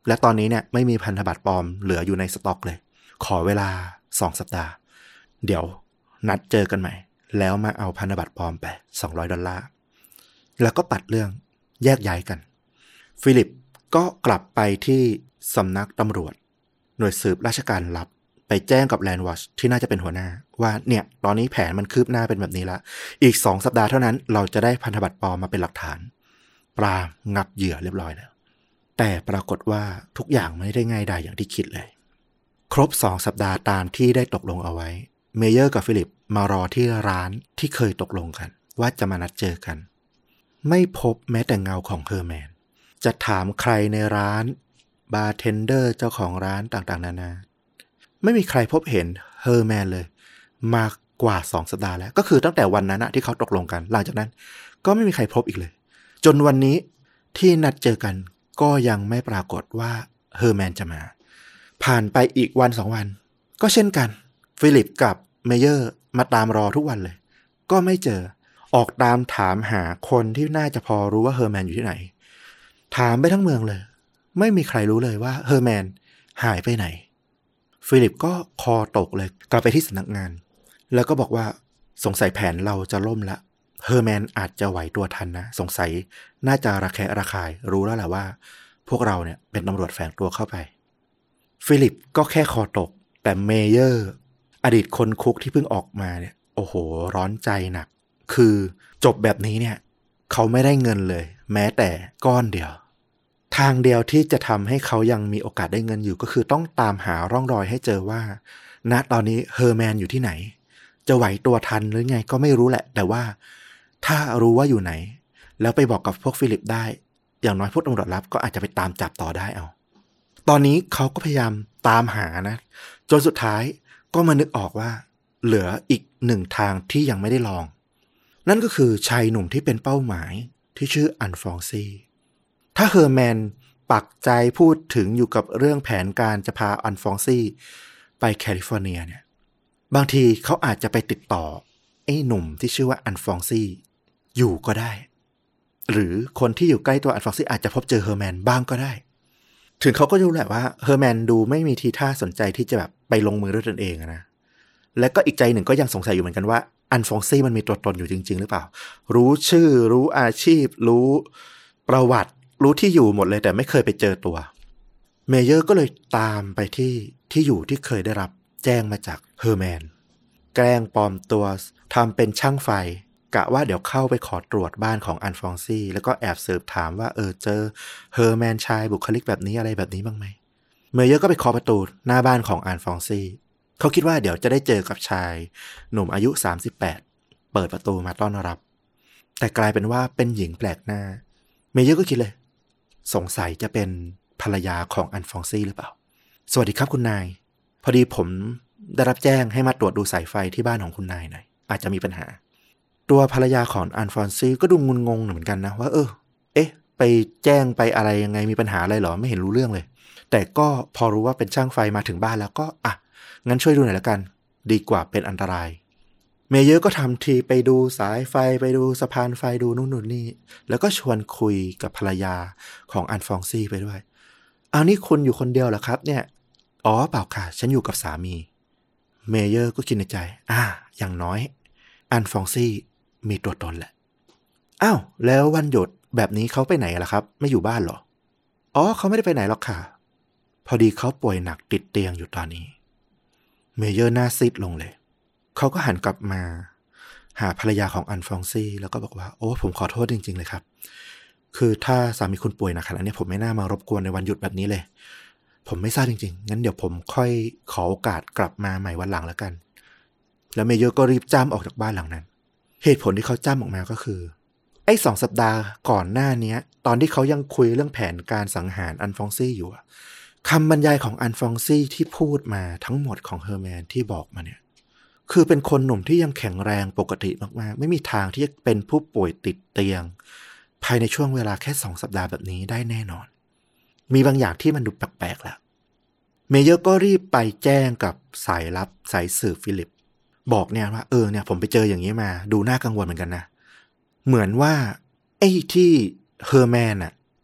และตอนนี้เนี่ยไม่มีพันธบัตรปลอมเหลืออยู่ในสต็อกเลยขอเวลาสองสัปดาห์เดี๋ยวนัดเจอกันใหม่แล้วมาเอาพันธบัตรปลอมไปสองร้อยดอลลาร์แล้วก็ตัดเรื่องแยกย้ายกันฟิลิปก็กลับไปที่สำนักตำรวจหน่วยสืบราชการลับไปแจ้งกับแลนด์วอชที่น่าจะเป็นหัวหน้าว่าเนี่ยตอนนี้แผนมันคืบหน้าเป็นแบบนี้ละอีกสองสัปดาห์เท่านั้นเราจะได้พันธบัตรปลอมมาเป็นหลักฐานปลางับเหยื่อเรียบร้อยแล้วแต่ปรากฏว่าทุกอย่างไม่ได้ง่ายดายอย่างที่คิดเลยครบสองสัปดาห์ตามที่ได้ตกลงเอาไว้เมเยอร์กับฟิลิปมารอที่ร้านที่เคยตกลงกันว่าจะมานัดเจอกันไม่พบแม้แต่เงาของเฮอร์แมนจะถามใครในร้านบาร์เทนเดอร์เจ้าของร้านต่างๆนานาไม่มีใครพบเห็นเฮอร์แมนเลยมากว่าสองสัปดาห์แล้วก็คือตั้งแต่วันนั้นนะที่เขาตกลงกันหลังจากนั้นก็ไม่มีใครพบอีกเลยจนวันนี้ที่นัดเจอกันก็ยังไม่ปรากฏว่าเฮอร์แมนจะมาผ่านไปอีกวันสองวันก็เช่นกันฟิลิปกับเมเยอร์มาตามรอทุกวันเลยก็ไม่เจอออกตามถามหาคนที่น่าจะพอรู้ว่าเฮอร์แมนอยู่ที่ไหนถามไปทั้งเมืองเลยไม่มีใครรู้เลยว่าเฮอร์แมนหายไปไหนฟิลิปก็คอตกเลยกลับไปที่สำนักงานแล้วก็บอกว่าสงสัยแผนเราจะล่มละเฮอร์แมนอาจจะไหวตัวทันนะสงสัยน่าจะระแคะระคายรู้แล้วแหละว่าพวกเราเนี่ยเป็นตำรวจแฝงตัวเข้าไปฟิลิปก็แค่คอตกแต่เมเยอร์อดีตคนคุกที่เพิ่งออกมาเนี่ยโอ้โหร้อนใจหนักคือจบแบบนี้เนี่ยเขาไม่ได้เงินเลยแม้แต่ก้อนเดียวทางเดียวที่จะทำให้เขายังมีโอกาสได้เงินอยู่ก็คือต้องตามหาร่องรอยให้เจอว่าณตอนนี้เฮอร์แมนอยู่ที่ไหนจะไหวตัวทันหรือไงก็ไม่รู้แหละแต่ว่าถ้ารู้ว่าอยู่ไหนแล้วไปบอกกับพวกฟิลิปได้อย่างน้อยพวกตำรวจลับก็อาจจะไปตามจับต่อได้เอาตอนนี้เขาก็พยายามตามหานะจนสุดท้ายก็มานึกออกว่าเหลืออีกหนึ่งทางที่ยังไม่ได้ลองนั่นก็คือชายหนุ่มที่เป็นเป้าหมายที่ชื่ออันฟองซีถ้าเฮอร์แมนปักใจพูดถึงอยู่กับเรื่องแผนการจะพาอันฟองซีไปแคลิฟอร์เนียเนี่ยบางทีเขาอาจจะไปติดต่อไอ้หนุ่มที่ชื่อว่าอันฟองซีอยู่ก็ได้หรือคนที่อยู่ใกล้ตัวอันฟองซีอาจจะพบเจอเฮอร์แมนบ้างก็ได้ถึงเขาก็รู้แหละว่าเฮอร์แมนดูไม่มีทีท่าสนใจที่จะแบบไปลงมือด้วยตนเองนะและก็อีกใจหนึ่งก็ยังสงสัยอยู่เหมือนกันว่าอันฟองซีมันมีตัวตนอยู่จริงๆหรือเปล่ารู้ชื่อรู้อาชีพรู้ประวัติรู้ที่อยู่หมดเลยแต่ไม่เคยไปเจอตัวเมเยอร์ก็เลยตามไปที่ที่อยู่ที่เคยได้รับแจ้งมาจากเฮอร์แมนแกล้งปลอมตัวทำเป็นช่างไฟกะว่าเดี๋ยวเข้าไปขอตรวจบ้านของอันฟองซีแล้วก็แอบสืบถามว่าเออเจอเฮอร์แมนชายบุคลิกแบบนี้อะไรแบบนี้บ้างไหมเมเยอร์ก็ไปเคาะประตูหน้าบ้านของอันฟองซีเขาคิดว่าเดี๋ยวจะได้เจอกับชายหนุ่มอายุสามสิบแปดเปิดประตูมาต้อนรับแต่กลายเป็นว่าเป็นหญิงแปลกหน้าเมเยอร์ก็คิดเลยสงสัยจะเป็นภรรยาของอันฟองซีหรือเปล่าสวัสดีครับคุณนายพอดีผมได้รับแจ้งให้มาตรวจดูสายไฟที่บ้านของคุณนายหน่อยอาจจะมีปัญหาตัวภรรยาของอันฟองซีก็ดูงุนงงเหมือนกันนะว่าเออเอ๊ะไปแจ้งไปอะไรยังไงมีปัญหาอะไรหรอไม่เห็นรู้เรื่องเลยแต่ก็พอรู้ว่าเป็นช่างไฟมาถึงบ้านแล้วก็อ่ะงั้นช่วยดูหน่อยละกันดีกว่าเป็นอันตรายเมเยอร์ก็ทำทีไปดูสายไฟไปดูสะพานไฟดูนู่นนู่นนี่แล้วก็ชวนคุยกับภรรยาของอันฟองซีไปด้วยอ้าวนี่คุณอยู่คนเดียวเหรอครับเนี่ยอ๋อเปล่าค่ะฉันอยู่กับสามีเมเยอร์ก็คิดในใจอ่าอย่างน้อยอันฟองซีมีตัวตนแหละอ้าวแล้ววันหยุดแบบนี้เขาไปไหนล่ะครับไม่อยู่บ้านเหรออ๋อเขาไม่ได้ไปไหนหรอกค่ะพอดีเขาป่วยหนักติดเตียงอยู่ตอนนี้เมเยอร์หน้าซีดลงเลยเขาก็หันกลับมาหาภรรยาของอันฟองซีแล้วก็บอกว่าโอ้ผมขอโทษจริงๆเลยครับคือถ้าสามีคุณป่วยหนักขนาดนี้ผมไม่น่ามารบกวนในวันหยุดแบบนี้เลยผมไม่ทราบจริงๆงั้นเดี๋ยวผมค่อยขอโอกาสกลับมาใหม่วันหลังแล้วกันแล้วเมเยอร์ก็รีบจ้ำออกจากบ้านหลังนั้นเหตุผลที่เขาจ้ำออกมาก็คือไอ้สองสัปดาห์ก่อนหน้านี้ตอนที่เขายังคุยเรื่องแผนการสังหารอันฟองซีอยู่คำบรรยายของอันฟองซีที่พูดมาทั้งหมดของเฮอร์แมนที่บอกมาเนี่ยคือเป็นคนหนุ่มที่ยังแข็งแรงปกติมากๆไม่มีทางที่จะเป็นผู้ป่วยติดเตียงภายในช่วงเวลาแค่สองสัปดาห์แบบนี้ได้แน่นอนมีบางอย่างที่มันดูแปลกๆแล้วเมเยอร์ก็รีบไปแจ้งกับสายลับสายสืบฟิลิปบอกเนี่ยว่าเออเนี่ยผมไปเจออย่างนี้มาดูน่ากังวลเหมือนกันนะเหมือนว่าไอ้ที่เฮอร์แมนน่ะ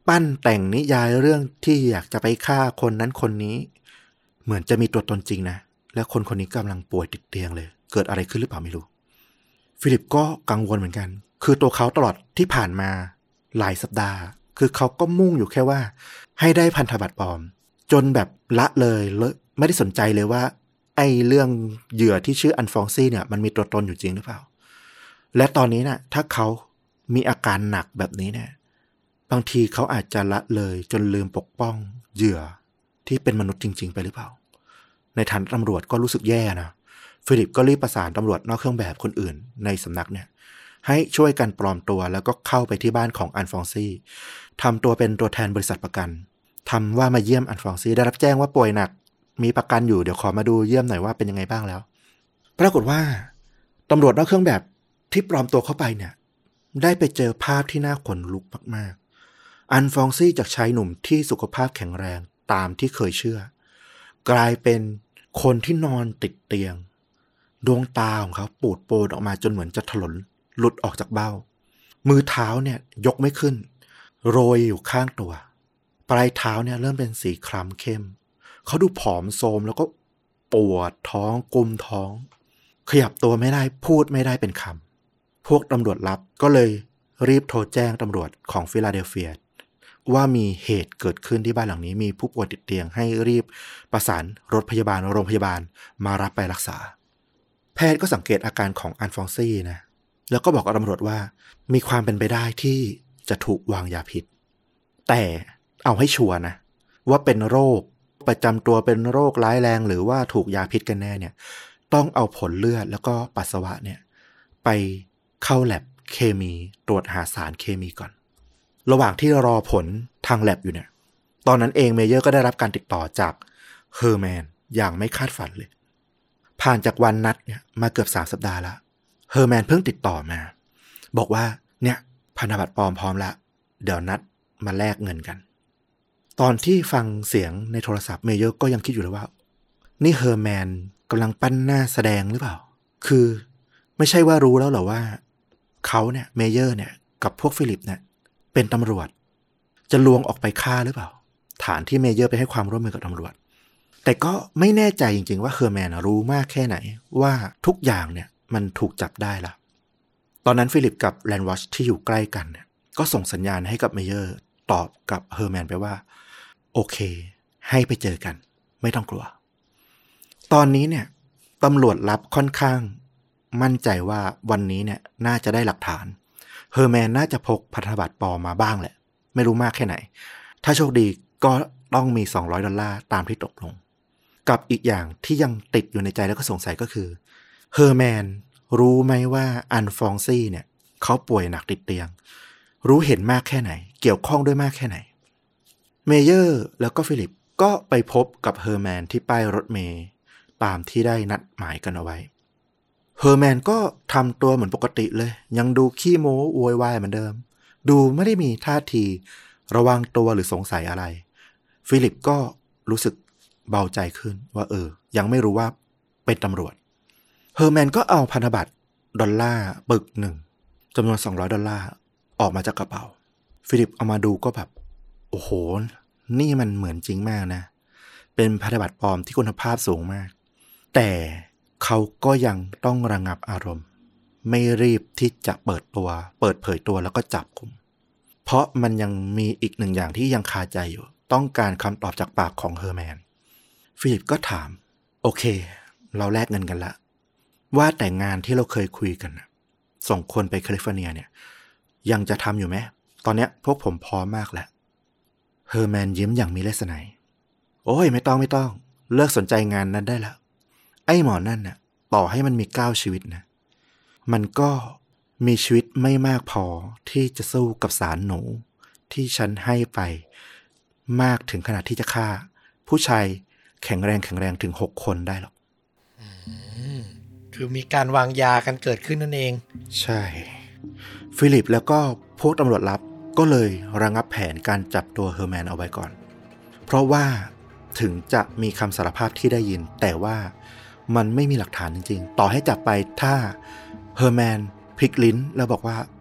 ปั้นแต่งนิยายเรื่องที่อยากจะไปฆ่าคนนั้นคนนี้เหมือนจะมีตัวตนจริงนะและคนคนนี้กำลังป่วยติดเตียงเลยเกิดอะไรขึ้นหรือเปล่าไม่รู้ฟิลิปก็กังวลเหมือนกันคือตัวเขาตลอดที่ผ่านมาหลายสัปดาห์คือเขาก็มุ่งอยู่แค่ว่าให้ได้พันธบัตรปลอมจนแบบละเลยไม่ได้สนใจเลยว่าไอ้เรื่องเหยื่อที่ชื่ออันฟองซี่เนี่ยมันมีตัวตนอยู่จริงหรือเปล่าและตอนนี้น่ะถ้าเขามีอาการหนักแบบนี้เนี่ยบางทีเขาอาจจะละเลยจนลืมปกป้องเหยื่อที่เป็นมนุษย์จริงๆไปหรือเปล่าในฐานะตำรวจก็รู้สึกแย่นะฟิลิปก็รีบประสานตำรวจนอกเครื่องแบบคนอื่นในสำนักเนี่ยให้ช่วยกันปลอมตัวแล้วก็เข้าไปที่บ้านของอันฟองซี่ทำตัวเป็นตัวแทนบริษัทประกันทำว่ามาเยี่ยมอันฟองซี่ได้รับแจ้งว่าป่วยหนักมีประกันอยู่เดี๋ยวขอมาดูเยี่ยมหน่อยว่าเป็นยังไงบ้างแล้วปรากฏว่าตำรวจนอกเครื่องแบบที่ปลอมตัวเข้าไปเนี่ยได้ไปเจอภาพที่น่าขนลุกมากๆอันฟองซี่จากชายหนุ่มที่สุขภาพแข็งแรงตามที่เคยเชื่อกลายเป็นคนที่นอนติดเตียงดวงตาของเขาปูดโปนออกมาจนเหมือนจะถลนหลุดออกจากเบ้ามือเท้าเนี่ยยกไม่ขึ้นโรยอยู่ข้างตัวปลายเท้าเนี่ยเริ่มเป็นสีคล้ำเข้มเขาดูผอมโทรมแล้วก็ปวดท้องกุมท้องขยับตัวไม่ได้พูดไม่ได้เป็นคำพวกตำรวจลับก็เลยรีบโทรแจ้งตำรวจของฟิลาเดลเฟียว่ามีเหตุเกิดขึ้นที่บ้านหลังนี้มีผู้ป่วยติดเตียงให้รีบประสานรถพยาบาลโรงพยาบาลมารับไปรักษาแพทย์ก็สังเกตอาการของอันฟองซี่นะแล้วก็บอกกับตำรวจว่ามีความเป็นไปได้ที่จะถูกวางยาพิษแต่เอาให้ชัวร์นะว่าเป็นโรคประจำตัวเป็นโรคร้ายแรงหรือว่าถูกยาพิษกันแน่เนี่ยต้องเอาผลเลือดแล้วก็ปัสสาวะเนี่ยไปเข้าแลบเคมีตรวจหาสารเคมีก่อนระหว่างที่รอผลทางแลบอยู่เนี่ยตอนนั้นเองเมเยอร์ก็ได้รับการติดต่อจากเฮอร์แมนอย่างไม่คาดฝันเลยผ่านจากวันนัดเนี่ยมาเกือบสามสัปดาห์แล้วเฮอร์แมนเพิ่งติดต่อมาบอกว่าเนี่ยพันธบัตรปลอมพร้อมแล้วเดี๋ยวนัดมาแลกเงินกันตอนที่ฟังเสียงในโทรศัพท์เมเยอร์ก็ยังคิดอยู่เลยว่านี่เฮอร์แมนกำลังปั้นหน้าแสดงหรือเปล่าคือไม่ใช่ว่ารู้แล้วเหรอว่าเขาเนี่ยเมเยอร์เนี่ยกับพวกฟิลิปเนี่ยเป็นตำรวจจะลวงออกไปฆ่าหรือเปล่าฐานที่เมเยอร์ไปให้ความร่วมมือกับตำรวจแต่ก็ไม่แน่ใจจริงๆว่าเฮอร์แมนรู้มากแค่ไหนว่าทุกอย่างเนี่ยมันถูกจับได้ละตอนนั้นฟิลิปกับแลนด์วอชที่อยู่ใกล้กันเนี่ยก็ส่งสัญญาณให้กับเมเยอร์ตอบกับเฮอร์แมนไปว่าโอเคให้ไปเจอกันไม่ต้องกลัวตอนนี้เนี่ยตำรวจลับค่อนข้างมั่นใจว่าวันนี้เนี่ยน่าจะได้หลักฐานเฮอร์แมนน่าจะพกพันธบัตรปลอมมาบ้างแหละไม่รู้มากแค่ไหนถ้าโชคดีก็ต้องมีสองร้อยดอลลาร์ตามที่ตกลงกับอีกอย่างที่ยังติดอยู่ในใจแล้วก็สงสัยก็คือเฮอร์แมนรู้ไหมว่าอันฟองซี่เนี่ยเขาป่วยหนักติดเตียงรู้เห็นมากแค่ไหนเกี่ยวข้องด้วยมากแค่ไหนเมเยอร์แล้วก็ฟิลิปก็ไปพบกับเฮอร์แมนที่ป้ายรถเมล์ตามที่ได้นัดหมายกันเอาไว้เฮอร์แมนก็ทำตัวเหมือนปกติเลยยังดูขี้โม้โวยวายเหมือนเดิมดูไม่ได้มีท่าทีระวังตัวหรือสงสัยอะไรฟิลิปก็รู้สึกเบาใจขึ้นว่าเออยังไม่รู้ว่าเป็นตำรวจเฮอร์แมนก็เอาพันธบัตรดอลลาร์ปึกหนึ่งจำนวนสองร้อยดอลลาร์ออกมาจากกระเป๋าฟิลิปเอามาดูก็แบบโอ้โหนี่มันเหมือนจริงมากนะเป็นพันธบัตรปลอมที่คุณภาพสูงมากแต่เขาก็ยังต้องระงับอารมณ์ไม่รีบที่จะเปิดตัวเปิดเผยตัวแล้วก็จับกุมเพราะมันยังมีอีกหนึ่งอย่างที่ยังคาใจอยู่ต้องการคำตอบจากปากของเฮอร์แมนฟิลิปก็ถามโอเคเราแลกเงินกันละว่าแต่งานที่เราเคยคุยกันนะส่งคนไปแคลิฟอร์เนียเนี่ยยังจะทำอยู่ไหมตอนเนี้ยพวกผมพร้อมมากแล้วเฮอร์แมนยิ้มอย่างมีเลสไนโอ้ยไม่ต้องไม่ต้องเลิกสนใจงานนั้นได้แล้วไอ้หมอนั่นน่ะต่อให้มันมีเก้าชีวิตนะมันก็มีชีวิตไม่มากพอที่จะสู้กับสารหนูที่ฉันให้ไปมากถึงขนาดที่จะฆ่าผู้ชายแข็งแรงแข็งแรงถึงหกคนได้หรอกคือมีการวางยากันเกิดขึ้นนั่นเองใช่ฟิลิปแล้วก็พวกตำรวจลับก็เลยระงับแผนการจับตัวเฮอร์แมนเอาไว้ก่อนเพราะว่าถึงจะมีคำสารภาพที่ได้ยินแต่ว่ามันไม่มีหลักฐานจริงๆต่อให้จับไปถ้าเฮอร์แมนพลิกลิ้นแล้วบอกว่า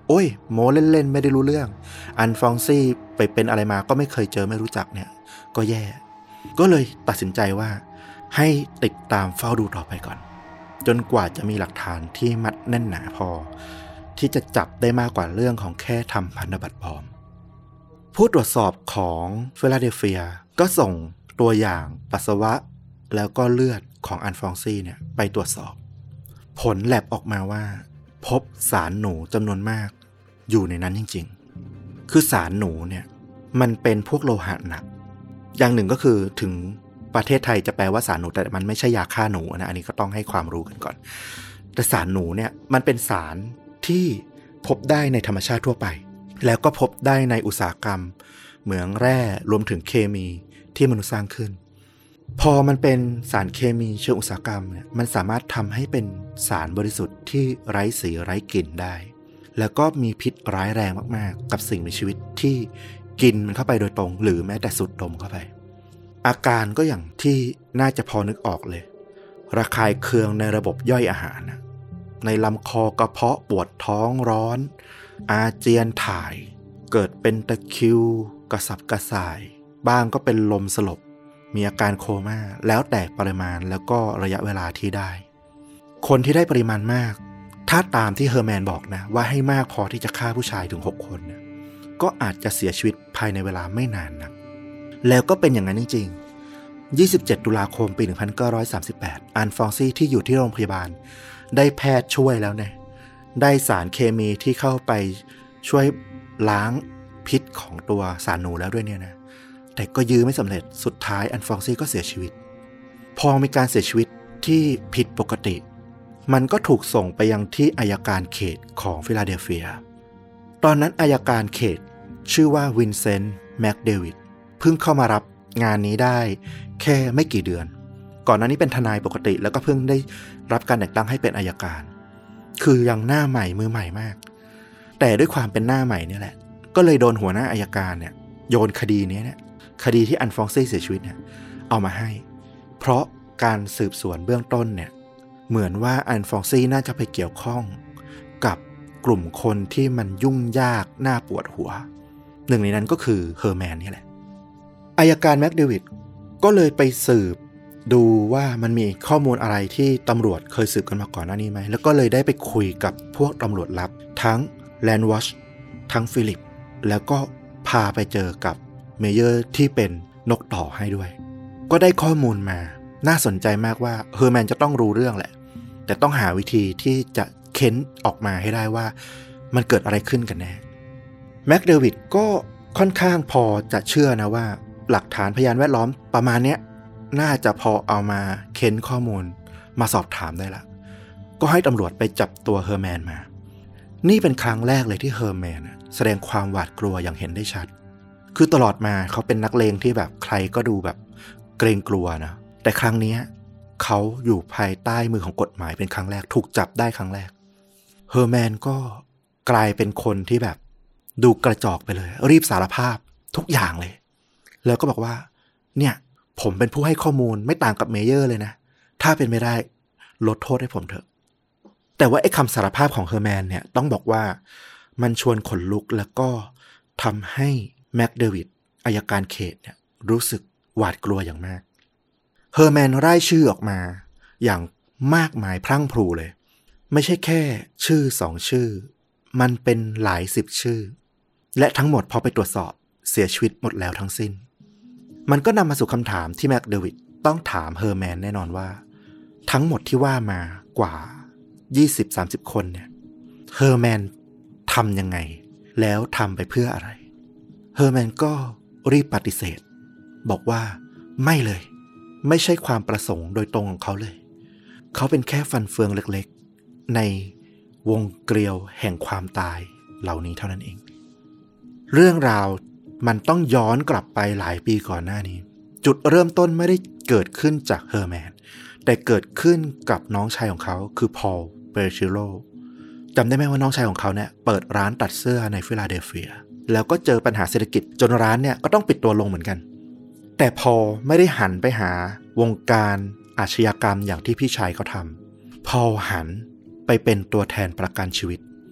โอ้ยโม้เล่นๆไม่ได้รู้เรื่องอันฟองซี่ไปเป็นอะไรมาก็ไม่เคยเจอไม่รู้จักเนี่ยก็แย่ก็เลยตัดสินใจว่าให้ติดตามเฝ้าดูต่อไปก่อนจนกว่าจะมีหลักฐานที่มัดแน่นหนาพอที่จะจับได้มากกว่าเรื่องของแค่ทำพันธบัตรปลอมผู้ตรวจสอบของฟิลาเดลเฟียก็ส่งตัวอย่างปัสสาวะแล้วก็เลือดของอันฟองซี่เนี่ยไปตรวจสอบผลแลบออกมาว่าพบสารหนูจำนวนมากอยู่ในนั้นจริงๆคือสารหนูเนี่ยมันเป็นพวกโลหะหนักอย่างหนึ่งก็คือถึงประเทศไทยจะแปลว่าสารหนูแต่มันไม่ใช่ยาฆ่าหนูนะอันนี้ก็ต้องให้ความรู้กันก่อนแต่สารหนูเนี่ยมันเป็นสารที่พบได้ในธรรมชาติทั่วไปแล้วก็พบได้ในอุตสาหกรรมเหมืองแร่รวมถึงเคมีที่มนุษย์สร้างขึ้นพอมันเป็นสารเคมีเชิงอุตสาหกรรมเนี่ยมันสามารถทำให้เป็นสารบริสุทธิ์ที่ไร้สีไร้กลิ่นได้แล้วก็มีพิษร้ายแรงมากๆกับสิ่งมีชีวิตที่กินมันเข้าไปโดยตรงหรือแม้แต่สูดดมเข้าไปอาการก็อย่างที่น่าจะพอนึกออกเลยระคายเคืองในระบบย่อยอาหารนะในลำคอกระเพาะปวดท้องร้อนอาเจียนถ่ายเกิดเป็นตะคริวกระสับกระส่ายบ้างก็เป็นลมสลบมีอาการโคม่าแล้วแต่ปริมาณแล้วก็ระยะเวลาที่ได้คนที่ได้ปริมาณมากถ้าตามที่เฮอร์แมนบอกนะว่าให้มากพอที่จะฆ่าผู้ชายถึงหกคนนะก็อาจจะเสียชีวิตภายในเวลาไม่นานนักแล้วก็เป็นอย่างนั้นจริงๆยี่สิบเจ็ดตุลาคมปีหนึ่งพันเก้าร้อยสามสิบแปดอันฟองซี่ที่อยู่ที่โรงพยาบาลได้แพทย์ช่วยแล้วนะได้สารเคมีที่เข้าไปช่วยล้างพิษของตัวสารหนูแล้วด้วยเนี่ยนะแต่ก็ยื้อไม่สำเร็จสุดท้ายอันฟองซี่ก็เสียชีวิตพอมีการเสียชีวิตที่ผิดปกติมันก็ถูกส่งไปยังที่อัยการเขตของฟิลาเดลเฟียตอนนั้นอัยการเขตชื่อว่าวินเซนต์แมคเดวิดเพิ่งเข้ามารับงานนี้ได้แค่ไม่กี่เดือนก่อนหน้านี้เป็นทนายปกติแล้วก็เพิ่งได้รับการแต่งตั้งให้เป็นอัยการคือยังหน้าใหม่มือใหม่มากแต่ด้วยความเป็นหน้าใหม่นี่แหละก็เลยโดนหัวหน้าอัยการเนี่ยโยนคดีนี้เนี่ยคดีที่อันฟองซี่เสียชีวิตเนี่ยเอามาให้เพราะการสืบสวนเบื้องต้นเนี่ยเหมือนว่าอันฟองซี่น่าจะไปเกี่ยวข้องกับกลุ่มคนที่มันยุ่งยากน่าปวดหัวหนึ่งในนั้นก็คือเฮอร์แมนนี่แหละอัยการแมคเดวิดก็เลยไปสืบดูว่ามันมีข้อมูลอะไรที่ตำรวจเคยสืบกันมาก่อนหน้านี้ไหมแล้วก็เลยได้ไปคุยกับพวกตำรวจลับทั้งแลนด์วอชทั้งฟิลิปแล้วก็พาไปเจอกับเมเยอร์ที่เป็นนกต่อให้ด้วยก็ได้ข้อมูลมาน่าสนใจมากว่าเฮอร์แมนจะต้องรู้เรื่องแหละแต่ต้องหาวิธีที่จะเค้นออกมาให้ได้ว่ามันเกิดอะไรขึ้นกันแน่แมคเดวิดก็ค่อนข้างพอจะเชื่อนะว่าหลักฐานพยานแวดล้อมประมาณเนี้ยน่าจะพอเอามาเค้นข้อมูลมาสอบถามได้ละก็ให้ตำรวจไปจับตัวเฮอร์แมนมานี่เป็นครั้งแรกเลยที่เฮอร์แมนแสดงความหวาดกลัวอย่างเห็นได้ชัดคือตลอดมาเขาเป็นนักเลงที่แบบใครก็ดูแบบเกรงกลัวนะแต่ครั้งนี้เขาอยู่ภายใต้มือของกฎหมายเป็นครั้งแรกถูกจับได้ครั้งแรกเฮอร์แมนก็กลายเป็นคนที่แบบดูกระจอกไปเลยรีบสารภาพทุกอย่างเลยแล้วก็บอกว่าเนี่ยผมเป็นผู้ให้ข้อมูลไม่ต่างกับเมเยอร์เลยนะถ้าเป็นไม่ได้ลดโทษให้ผมเถอะแต่ว่าไอ้คำสารภาพของเฮอร์แมนเนี่ยต้องบอกว่ามันชวนขนลุกแล้วก็ทำให้แมคเดวิดอัยการเขตเนี่ยรู้สึกหวาดกลัวอย่างมากเฮอร์แมนร่ายชื่อออกมาอย่างมากมายพรั่งพรูเลยไม่ใช่แค่ชื่อสองชื่อมันเป็นหลายสิบชื่อและทั้งหมดพอไปตรวจสอบเสียชีวิตหมดแล้วทั้งสิ้นมันก็นำมาสู่คำถามที่แมคเดวิดต้องถามเฮอร์แมนแน่นอนว่าทั้งหมดที่ว่ามากว่า ยี่สิบถึงสามสิบ คนเนี่ยเฮอร์แมนทำยังไงแล้วทำไปเพื่ออะไรเฮอร์แมนก็รีบปฏิเสธบอกว่าไม่เลยไม่ใช่ความประสงค์โดยตรงของเขาเลยเขาเป็นแค่ฟันเฟืองเล็กๆในวงเกลียวแห่งความตายเหล่านี้เท่านั้นเองเรื่องราวมันต้องย้อนกลับไปหลายปีก่อนหน้านี้จุดเริ่มต้นไม่ได้เกิดขึ้นจากเฮอร์แมนแต่เกิดขึ้นกับน้องชายของเขาคือพอลเปอร์ชิโลจำได้ไหมว่าน้องชายของเขาเนี่ยเปิดร้านตัดเสื้อในฟิลาเดลเฟียแล้วก็เจอปัญหาเศรษฐกิจจนร้านเนี่ยก็ต้องปิดตัวลงเหมือนกันแต่พอไม่ได้หันไปหาวงการอาชญากรรมอย่างที่พี่ชายเขาทำพอหันไปเป็นตัวแทนประกันชีวิต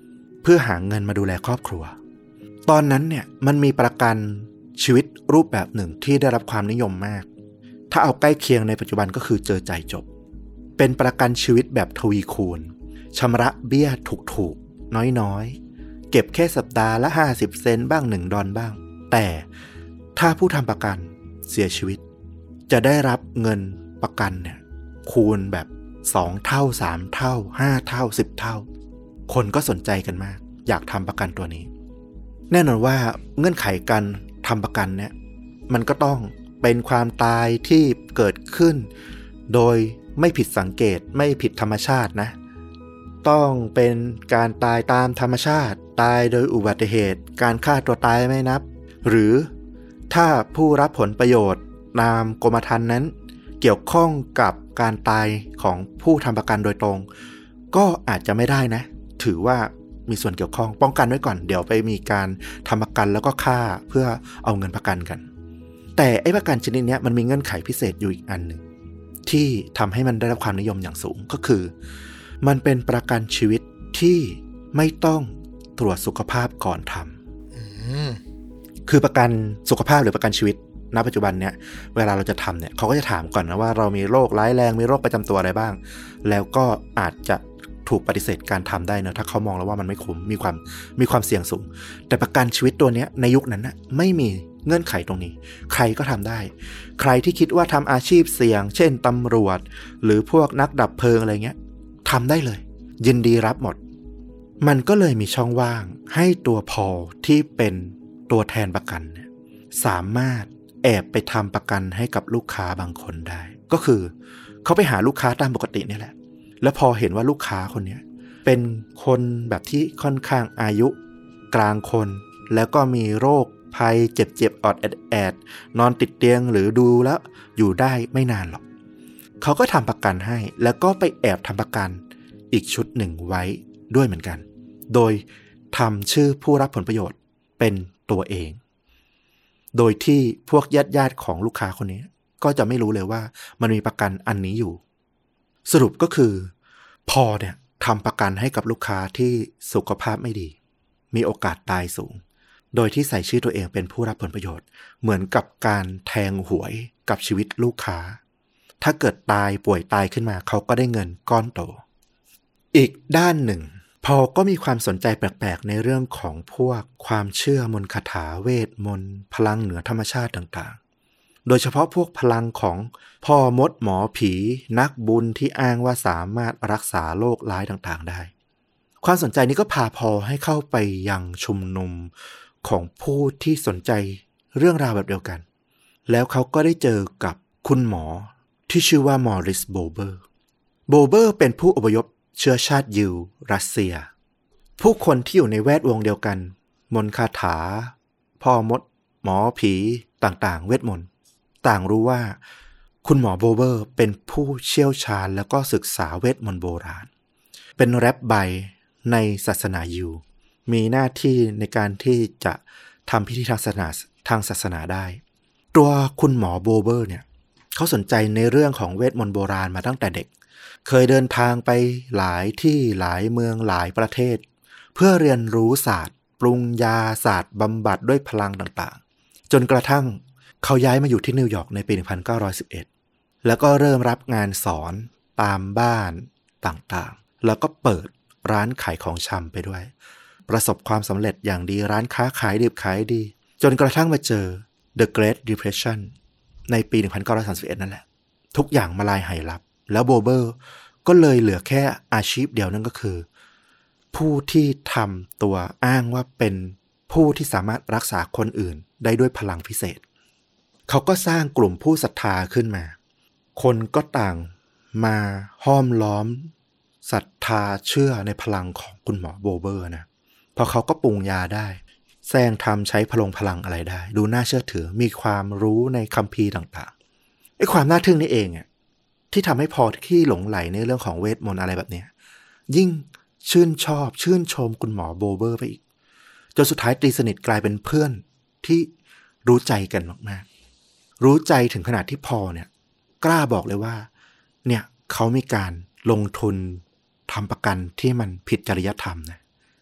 เพื่อหาเงินมาดูแลครอบครัวตอนนั้นเนี่ยมันมีประกันชีวิตรูปแบบหนึ่งที่ได้รับความนิยมมากถ้าเอาใกล้เคียงในปัจจุบันก็คือเจอใจจบเป็นประกันชีวิตแบบทวีคูณชำระเบี้ยถูกๆน้อยๆเก็บแค่สัปดาห์ละห้าสิบเซนต์บ้างหนึ่งดอลบ้างแต่ถ้าผู้ทำประกันเสียชีวิตจะได้รับเงินประกันเนี่ยคูณแบบสองเท่าสามเท่าห้าเท่าสิบเท่าคนก็สนใจกันมากอยากทำประกันตัวนี้แน่นอนว่าเงื่อนไขการทำประกันเนี่ยมันก็ต้องเป็นความตายที่เกิดขึ้นโดยไม่ผิดสังเกตไม่ผิดธรรมชาตินะต้องเป็นการตายตามธรรมชาติตายโดยอุบัติเหตุการฆ่าตัวตายไม่นับหรือถ้าผู้รับผลประโยชน์ตามกรมธรรม์นั้นเกี่ยวข้องกับการตายของผู้ทำประกันโดยตรงก็อาจจะไม่ได้นะถือว่ามีส่วนเกี่ยวข้องป้องกันไว้ก่อนเดี๋ยวไปมีการทำประกันแล้วก็ฆ่าเพื่อเอาเงินประกันกันแต่ไอ้ประกันชนิดนี้มันมีเงื่อนไขพิเศษอยู่อีกอันหนึ่งที่ทำให้มันได้รับความนิยมอย่างสูงก็คือมันเป็นประกันชีวิตที่ไม่ต้องตรวจสุขภาพก่อนทำคือประกันสุขภาพหรือประกันชีวิตณปัจจุบันเนี่ยเวลาเราจะทำเนี่ยเขาก็จะถามก่อนนะว่าเรามีโรคร้ายแรงมีโรคประจำตัวอะไรบ้างแล้วก็อาจจะถูกปฏิเสธการทำได้นะถ้าเขามองแล้วว่ามันไม่คุ้มมีความมีความเสี่ยงสูงแต่ประกันชีวิตตัวนี้ในยุคนั้นนะไม่มีเงื่อนไขตรงนี้ใครก็ทำได้ใครที่คิดว่าทำอาชีพเสี่ยงเช่นตำรวจหรือพวกนักดับเพลิงอะไรเงี้ยทำได้เลยยินดีรับหมดมันก็เลยมีช่องว่างให้ตัวพอที่เป็นตัวแทนประกันเนี่ยสามารถแอบไปทำประกันให้กับลูกค้าบางคนได้ก็คือเขาไปหาลูกค้าตามปกตินี่แหละแล้วพอเห็นว่าลูกค้าคนนี้เป็นคนแบบที่ค่อนข้างอายุกลางคนแล้วก็มีโรคภัยเจ็บๆออดแอดๆนอนติดเตียงหรือดูแล้วอยู่ได้ไม่นานหรอกเขาก็ทำประกันให้แล้วก็ไปแอบทำประกันอีกชุดหนึ่งไว้ด้วยเหมือนกันโดยทำชื่อผู้รับผลประโยชน์เป็นตัวเองโดยที่พวกญาติๆของลูกค้าคนนี้ก็จะไม่รู้เลยว่ามันมีประกันอันนี้อยู่สรุปก็คือพอเนี่ยทำประกันให้กับลูกค้าที่สุขภาพไม่ดีมีโอกาสตายสูงโดยที่ใส่ชื่อตัวเองเป็นผู้รับผลประโยชน์เหมือนกับการแทงหวยกับชีวิตลูกค้าถ้าเกิดตายป่วยตายขึ้นมาเขาก็ได้เงินก้อนโตอีกด้านหนึ่งพอก็มีความสนใจแปลกๆในเรื่องของพวกความเชื่อมนต์คาถาเวทมนต์พลังเหนือธรรมชาติต่างๆโดยเฉพาะพวกพลังของพ่อมดหมอผีนักบุญที่อ้างว่าสามารถรักษาโรคร้ายต่างๆได้ความสนใจนี้ก็พาพอให้เข้าไปยังชุมนุมของผู้ที่สนใจเรื่องราวแบบเดียวกันแล้วเขาก็ได้เจอกับคุณหมอที่ชื่อว่ามอริสโบเบอร์โบเบอร์เป็นผู้อพยพเชื้อชาติยิวรัสเซียผู้คนที่อยู่ในแวดวงเดียวกันมนต์คาถาพ่อมดหมอผีต่างๆเวทมนต์ต่างรู้ว่าคุณหมอโบเบอร์เป็นผู้เชี่ยวชาญแล้วก็ศึกษาเวทมนต์โบราณเป็นแรบไบในศาสนายิวมีหน้าที่ในการที่จะทำพิธีทางศาสนาทางศาสนาได้ตัวคุณหมอโบเบอร์เนี่ยเขาสนใจในเรื่องของเวทมนต์โบราณมาตั้งแต่เด็กเคยเดินทางไปหลายที่หลายเมืองหลายประเทศเพื่อเรียนรู้ศาสตร์ปรุงยาศาสตร์บำบัดด้วยพลังต่างๆจนกระทั่งเขาย้ายมาอยู่ที่นิวยอร์กในปีหนึ่งพันเก้าร้อยสิบเอ็ดแล้วก็เริ่มรับงานสอนตามบ้านต่างๆแล้วก็เปิดร้านขายของชำไปด้วยประสบความสำเร็จอย่างดีร้านค้าขายดิบขายดีจนกระทั่งมาเจอ The Great Depression ในปีหนึ่งพันเก้าร้อยสามสิบเอ็ดนั่นแหละทุกอย่างมาลายหายลับแล้วโบเบอร์ก็เลยเหลือแค่อาชีพเดียวนั่นก็คือผู้ที่ทำตัวอ้างว่าเป็นผู้ที่สามารถรักษาคนอื่นได้ด้วยพลังพิเศษเขาก็สร้างกลุ่มผู้ศรัทธาขึ้นมาคนก็ต่างมาห้อมล้อมศรัทธาเชื่อในพลังของคุณหมอโบเบอร์นะเพราะเขาก็ปรุงยาได้แซงทำใช้พลงพลังอะไรได้ดูน่าเชื่อถือมีความรู้ในคัมภีร์ต่างๆไอ้ความน่าทึ่งนี่เองอ่ะที่ทำให้พอที่หลงไหลในเรื่องของเวทมนต์อะไรแบบเนี้ยยิ่งชื่นชอบชื่นชมคุณหมอโบเบอร์ไปอีกจนสุดท้ายตีสนิทกลายเป็นเพื่อนที่รู้ใจกันมากๆรู้ใจถึงขนาดที่พอเนี่ยกล้าบอกเลยว่าเนี่ยเขามีการลงทุนทำประกันที่มันผิดจริยธรรมนะ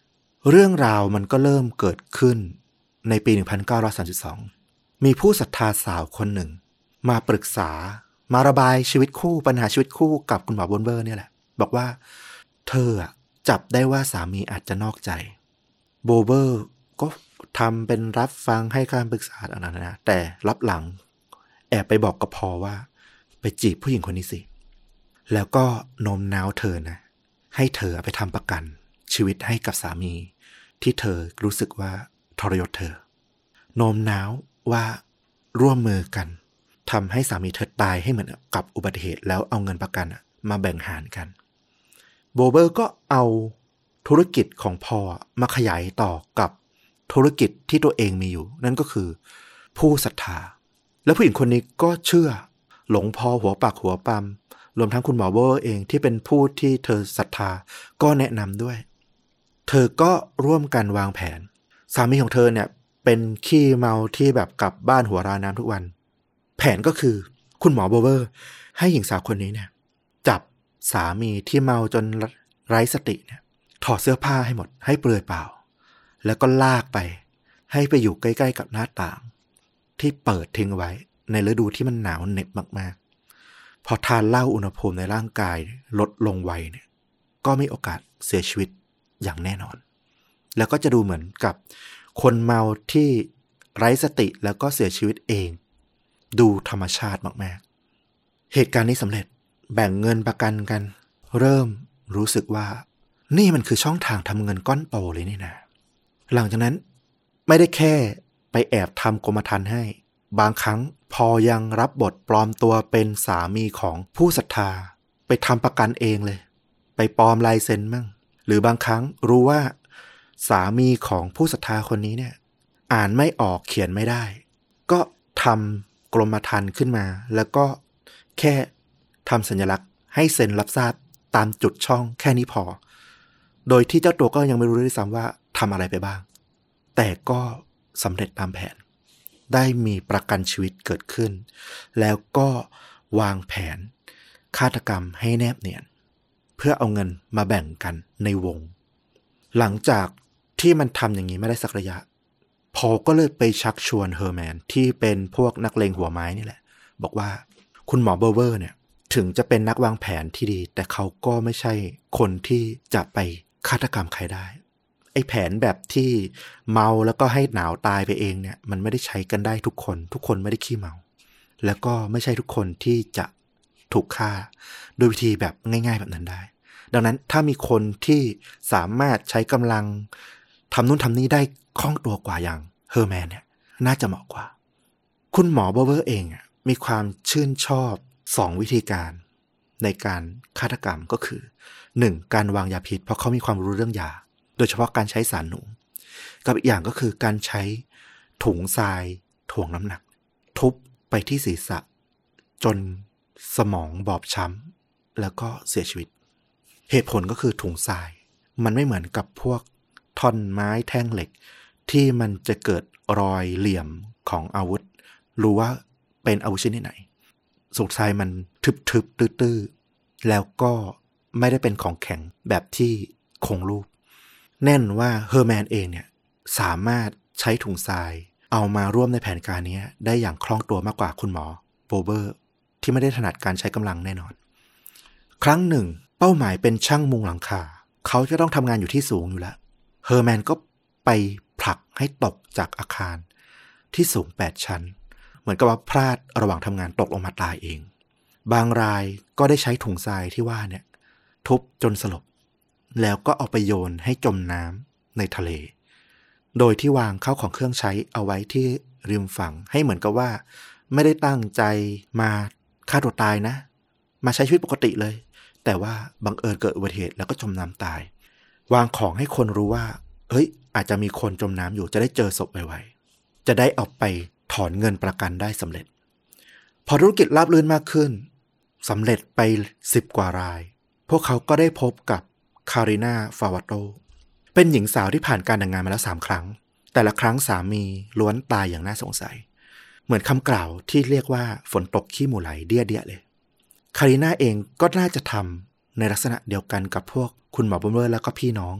เรื่องราวมันก็เริ่มเกิดขึ้นในปีหนึ่งพันเก้าร้อยสามสิบสองมีผู้ศรัทธาสาวคนหนึ่งมาปรึกษามาระบายชีวิตคู่ปัญหาชีวิตคู่กับคุณหมอโบเบอร์เนี่ยแหละบอกว่าเธอจับได้ว่าสามีอาจจะนอกใจโบเบอร์ก็ทำเป็นรับฟังให้การปรึกษาอะไรนะแต่รับหลังแอบไปบอกกับพอว่าไปจีบผู้หญิงคนนี้สิแล้วก็โน้มน้าวเธอนะให้เธอไปทำประกันชีวิตให้กับสามีที่เธอรู้สึกว่าทรยศเธอโน้มน้าวว่าร่วมมือกันทำให้สามีเธอตายให้เหมือนกับอุบัติเหตุแล้วเอาเงินประกันมาแบ่งหารกันโบเบอร์ก็เอาธุรกิจของพอมาขยายต่อกับธุรกิจที่ตัวเองมีอยู่นั่นก็คือผู้ศรัทธาแล้วผู้หญิงคนนี้ก็เชื่อหลงพอหัวปากหัวปั๊มรวมทั้งคุณหมอโบเบอร์เองที่เป็นผู้ที่เธอศรัทธาก็แนะนำด้วยเธอก็ร่วมกันวางแผนสามีของเธอเนี่ยเป็นขี้เมาที่แบบกลับบ้านหัวราน้ำทุกวันแผนก็คือคุณหมอโบเบอร์ให้หญิงสาวคนนี้เนี่ยจับสามีที่เมาจนไร้สติเนี่ยถอดเสื้อผ้าให้หมดให้เปลือยเปล่าแล้วก็ลากไปให้ไปอยู่ใกล้ๆกับหน้าต่างที่เปิดทิ้งไว้ในฤดูที่มันหนาวเหน็บมากๆพอทานเหล้าอุณหภูมิในร่างกายลดลงไวเนี่ยก็มีโอกาสเสียชีวิตอย่างแน่นอนแล้วก็จะดูเหมือนกับคนเมาที่ไร้สติแล้วก็เสียชีวิตเองดูธรรมชาติมากๆเหตุการณ์นี้สำเร็จแบ่งเงินประกันกันเริ่มรู้สึกว่านี่มันคือช่องทางทำเงินก้อนโตเลยนี่นะหลังจากนั้นไม่ได้แค่ไปแอบทำกรมธรรม์ให้บางครั้งพอยังรับบทปลอมตัวเป็นสามีของผู้ศรัทธาไปทำประกันเองเลยไปปลอมลายเซ็นมั่งหรือบางครั้งรู้ว่าสามีของผู้ศรัทธาคนนี้เนี่ยอ่านไม่ออกเขียนไม่ได้ก็ทำกรมธรรม์ขึ้นมาแล้วก็แค่ทำสัญลักษณ์ให้เซ็นรับทราบตามจุดช่องแค่นี้พอโดยที่เจ้าตัวก็ยังไม่รู้ด้วยซ้ำว่าทำอะไรไปบ้างแต่ก็สำเร็จตามแผนได้มีประกันชีวิตเกิดขึ้นแล้วก็วางแผนฆาตกรรมให้แนบเนียนเพื่อเอาเงินมาแบ่งกันในวงหลังจากที่มันทำอย่างนี้ไม่ได้สักระยะพอก็เลยไปชักชวนเฮอร์แมนที่เป็นพวกนักเลงหัวไม้นี่แหละบอกว่าคุณหมอเบอร์เวอร์เนี่ยถึงจะเป็นนักวางแผนที่ดีแต่เขาก็ไม่ใช่คนที่จะไปฆาตกรรมใครได้ไอ้แผนแบบที่เมาแล้วก็ให้หนาวตายไปเองเนี่ยมันไม่ได้ใช้กันได้ทุกคนทุกคนไม่ได้ขี้เมาแล้วก็ไม่ใช่ทุกคนที่จะถูกฆ่าโดยวิธีแบบง่ายๆแบบนั้นได้ดังนั้นถ้ามีคนที่สามารถใช้กำลังทำนู่นทำนี่ได้คล่องตัวกว่าอย่างเฮอร์แมนเนี่ยน่าจะเหมาะกว่าคุณหมอโบเวอร์เองมีความชื่นชอบสองวิธีการในการฆาตกรรมก็คือหนึ่งการวางยาพิษเพราะเขามีความรู้เรื่องยาโดยเฉพาะการใช้สารหนูกับอีกอย่างก็คือการใช้ถุงทรายถ่วงน้ำหนักทุบไปที่ศีรษะจนสมองบอบช้ำแล้วก็เสียชีวิตเหตุผลก็คือถุงทรายมันไม่เหมือนกับพวกท่อนไม้แท่งเหล็กที่มันจะเกิดรอยเหลี่ยมของอาวุธรู้ว่าเป็นอาวุธชนิดไหนถุงทรายมันทึบๆตื้อๆแล้วก็ไม่ได้เป็นของแข็งแบบที่คงรูปแน่นว่าเฮอร์แมนเองเนี่ยสามารถใช้ถุงทรายเอามาร่วมในแผนการนี้ได้อย่างคล่องตัวมากกว่าคุณหมอโบเบอร์ที่ไม่ได้ถนัดการใช้กำลังแน่นอนครั้งหนึ่งเป้าหมายเป็นช่างมุงหลังคาเขาจะต้องทำงานอยู่ที่สูงอยู่แล้วเฮอร์แมนก็ไปผลักให้ตกจากอาคารที่สูงแปดชั้นเหมือนกับว่าพลาดระหว่างทำงานตกลงมาตายเองบางรายก็ได้ใช้ถุงทรายที่ว่าเนี่ยทุบจนสลบแล้วก็เอาไปโยนให้จมน้ำในทะเลโดยที่วางข้าวของเครื่องใช้เอาไว้ที่ริมฝั่งให้เหมือนกับว่าไม่ได้ตั้งใจมาฆ่าตัวตายนะมาใช้ชีวิตปกติเลยแต่ว่าบังเอิญเกิดอุบัติเหตุแล้วก็จมน้ำตายวางของให้คนรู้ว่าเฮ้ยอาจจะมีคนจมน้ำอยู่จะได้เจอศพไวๆจะได้เอาไปถอนเงินประกันได้สำเร็จพอธุรกิจราบรื่นมากขึ้นสำเร็จไปสิบกว่ารายพวกเขาก็ได้พบกับคาริน่าฟาวาโตเป็นหญิงสาวที่ผ่านการแต่งงานมาแล้วสามครั้งแต่ละครั้งสามีล้วนตายอย่างน่าสงสัยเหมือนคำกล่าวที่เรียกว่าฝนตกขี้หมูไหลเดี้ยเดี้ยเลยคาริน่าเองก็น่าจะทำในลักษณะเดียวกันกับพวกคุณหมอบุมเบอร์แล้วก็พี่น้อง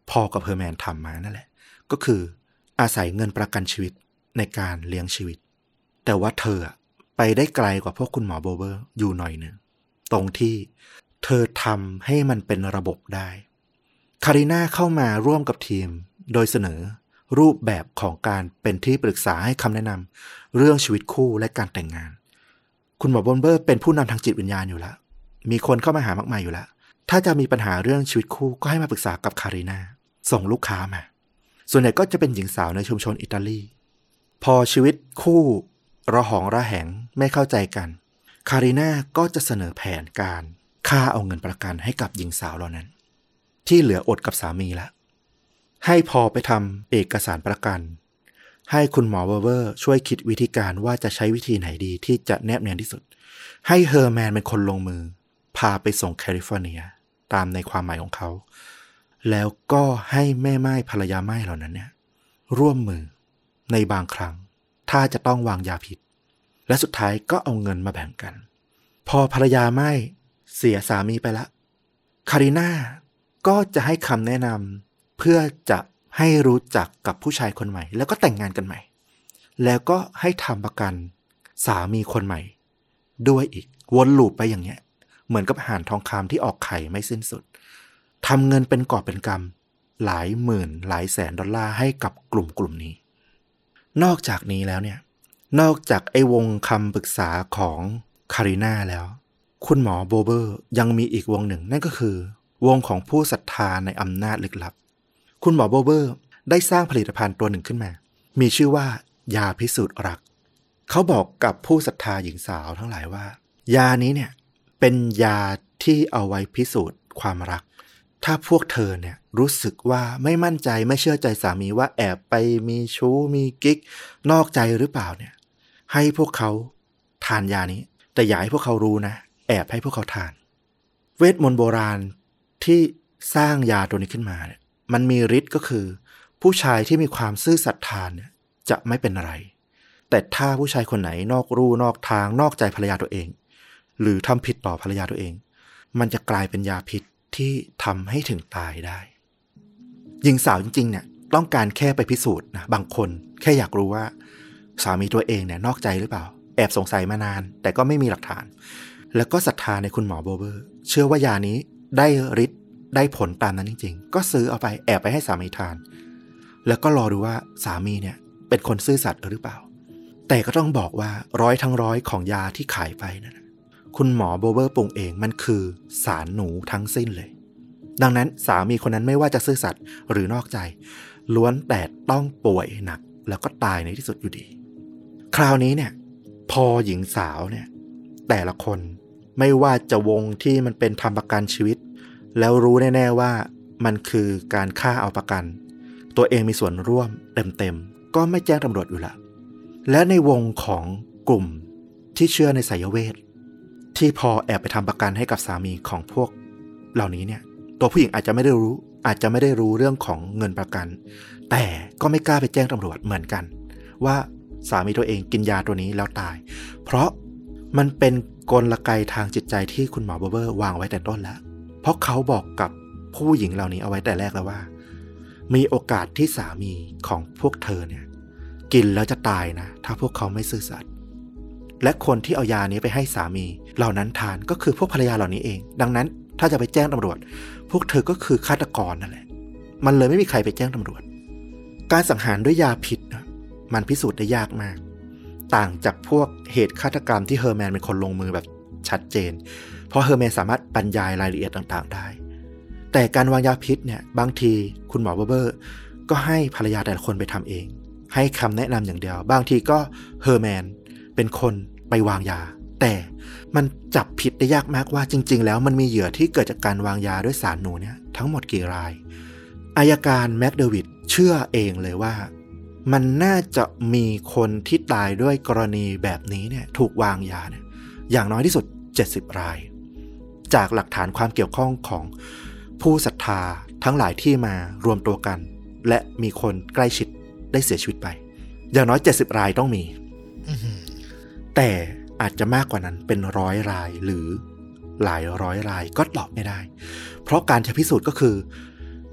พอกับเฮอร์แมนทำมานั่นแหละก็คืออาศัยเงินประกันชีวิตในการเลี้ยงชีวิตแต่ว่าเธอไปได้ไกลกว่าพวกคุณหมอโบเบอร์อยู่หน่อยหนึ่งตรงที่เธอทำให้มันเป็นระบบได้คาริน่าเข้ามาร่วมกับทีมโดยเสนอรูปแบบของการเป็นที่ปรึกษาให้คำแนะนำเรื่องชีวิตคู่และการแต่งงานคุณหมอโบเบอร์เป็นผู้นำทางจิตวิญญาณอยู่แล้วมีคนเข้ามาหามากมายอยู่แล้วถ้าจะมีปัญหาเรื่องชีวิตคู่ก็ให้มาปรึกษากับคาริน่าส่งลูกค้ามาส่วนใหญ่ก็จะเป็นหญิงสาวในชุมชนอิตาลีพอชีวิตคู่ระหองระแหงไม่เข้าใจกันคาริน่าก็จะเสนอแผนการค่าเอาเงินประกันให้กับหญิงสาวเหล่านั้นที่เหลืออดกับสามีละให้พอไปทำเอกสารประกันให้คุณหมอเวอร์เวอร์ช่วยคิดวิธีการว่าจะใช้วิธีไหนดีที่จะแนบเนียนที่สุดให้เฮอร์แมนเป็นคนลงมือพาไปส่งแคลิฟอร์เนียตามในความหมายของเขาแล้วก็ให้แม่ไม้ภรรยาไม้เหล่านั้นเนี่ยร่วมมือในบางครั้งถ้าจะต้องวางยาพิษและสุดท้ายก็เอาเงินมาแบ่งกันพอภรรยาไม้เสียสามีไปละคาริน่าก็จะให้คำแนะนำเพื่อจะให้รู้จักกับผู้ชายคนใหม่แล้วก็แต่งงานกันใหม่แล้วก็ให้ทำประกันสามีคนใหม่ด้วยอีกวนลูปไปอย่างเงี้ยเหมือนกับห่านทองคำที่ออกไข่ไม่สิ้นสุดทำเงินเป็นกอบเป็นกำหลายหมื่นหลายแสนดอลลาร์ให้กับกลุ่มกลุ่มนี้นอกจากนี้แล้วเนี่ยนอกจากไอ้วงคำปรึกษาของคาริน่าแล้วคุณหมอโบเบอร์ยังมีอีกวงหนึ่งนั่นก็คือวงของผู้ศรัทธาในอำนาจลึกลับคุณหมอโบเบอร์ได้สร้างผลิตภัณฑ์ตัวหนึ่งขึ้นมามีชื่อว่ายาพิสูจน์รักเขาบอกกับผู้ศรัทธาหญิงสาวทั้งหลายว่ายานี้เนี่ยเป็นยาที่เอาไว้พิสูจน์ความรักถ้าพวกเธอเนี่ยรู้สึกว่าไม่มั่นใจไม่เชื่อใจสามีว่าแอบไปมีชู้มีกิ๊กนอกใจหรือเปล่าเนี่ยให้พวกเขาทานยานี้แต่อย่าให้พวกเขารู้นะแอบให้พวกเขาทานเวทมนต์โบราณที่สร้างยาตัวนี้ขึ้นมาเนี่ยมันมีฤทธิ์ก็คือผู้ชายที่มีความซื่อสัตย์เนี่ยจะไม่เป็นอะไรแต่ถ้าผู้ชายคนไหนนอกรูนอกทางนอกใจภรรยาตัวเองหรือทำผิดต่อภรรยาตัวเองมันจะกลายเป็นยาพิษที่ทำให้ถึงตายได้หญิงสาวจริงๆเนี่ยต้องการแค่ไปพิสูจน์นะบางคนแค่อยากรู้ว่าสามีตัวเองเนี่ยนอกใจหรือเปล่าแอบสงสัยมานานแต่ก็ไม่มีหลักฐานแล้วก็ศรัทธาในคุณหมอโบเบอร์เชื่อว่ายานี้ได้ฤทธิ์ได้ผลตามนั้นจริงๆก็ซื้อเอาไปแอบไปให้สามีทานแล้วก็รอดูว่าสามีเนี่ยเป็นคนซื่อสัตย์หรือเปล่าแต่ก็ต้องบอกว่าร้อยทั้งร้อยของยาที่ขายไปนะคุณหมอโบเบอร์ปรุงเองมันคือสารหนูทั้งสิ้นเลยดังนั้นสามีคนนั้นไม่ว่าจะซื่อสัตย์หรือนอกใจล้วนแต่ต้องป่วยหนักแล้วก็ตายในที่สุดอยู่ดีคราวนี้เนี่ยพอหญิงสาวเนี่ยแต่ละคนไม่ว่าจะวงที่มันเป็นทำประกันชีวิตแล้วรู้แน่ๆว่ามันคือการฆ่าเอาประกันตัวเองมีส่วนร่วมเต็มๆก็ไม่แจ้งตำรวจอยู่ละและในวงของกลุ่มที่เชื่อในไสยเวทที่พอแอบไปทำประกันให้กับสามีของพวกเหล่านี้เนี่ยตัวผู้หญิงอาจจะไม่ได้รู้อาจจะไม่ได้รู้เรื่องของเงินประกันแต่ก็ไม่กล้าไปแจ้งตำรวจเหมือนกันว่าสามีตัวเองกินยาตัวนี้แล้วตายเพราะมันเป็นกลไกทางจิตใจที่คุณหมอโบเบอร์วางไว้แต่ต้นแล้วเพราะเขาบอกกับผู้หญิงเหล่านี้เอาไว้แต่แรกแล้วว่ามีโอกาสที่สามีของพวกเธอเนี่ยกินแล้วจะตายนะถ้าพวกเขาไม่ซื่อสัตย์และคนที่เอายานี้ไปให้สามีเหล่านั้นทานก็คือพวกภรรยาเหล่านี้เองดังนั้นถ้าจะไปแจ้งตำรวจพวกเธอก็คือฆาตกรนั่นแหละมันเลยไม่มีใครไปแจ้งตำรวจการสังหารด้วยยาพิษนะมันพิสูจน์ได้ยากมากต่างจากพวกเหตุฆาตกรรมที่เฮอร์แมนเป็นคนลงมือแบบชัดเจนเพราะเฮอร์แมนสามารถบรรยายรายละเอียดต่างๆได้แต่การวางยาพิษเนี่ยบางทีคุณหมอเบอร์เบอร์ก็ให้ภรรยาแต่ละคนไปทำเองให้คำแนะนำอย่างเดียวบางทีก็เฮอร์แมนเป็นคนไปวางยาแต่มันจับผิดได้ยากมากว่าจริงๆแล้วมันมีเหยื่อที่เกิดจากการวางยาด้วยสารหนูเนี่ยทั้งหมดกี่รายอัยการแม็กเดวิดเชื่อเองเลยว่ามันน่าจะมีคนที่ตายด้วยกรณีแบบนี้เนี่ยถูกวางยาเนี่ยอย่างน้อยที่สุดเจ็ดสิบรายจากหลักฐานความเกี่ยวข้องของผู้ศรัทธาทั้งหลายที่มารวมตัวกันและมีคนใกล้ชิดได้เสียชีวิตไปอย่างน้อยเจ็ดสิบรายต้องมี แต่อาจจะมากกว่านั้นเป็นร้อยรายหรือหลายร้อยรายก็ตอบไม่ได้เพราะการจะพิสูจน์ก็คือ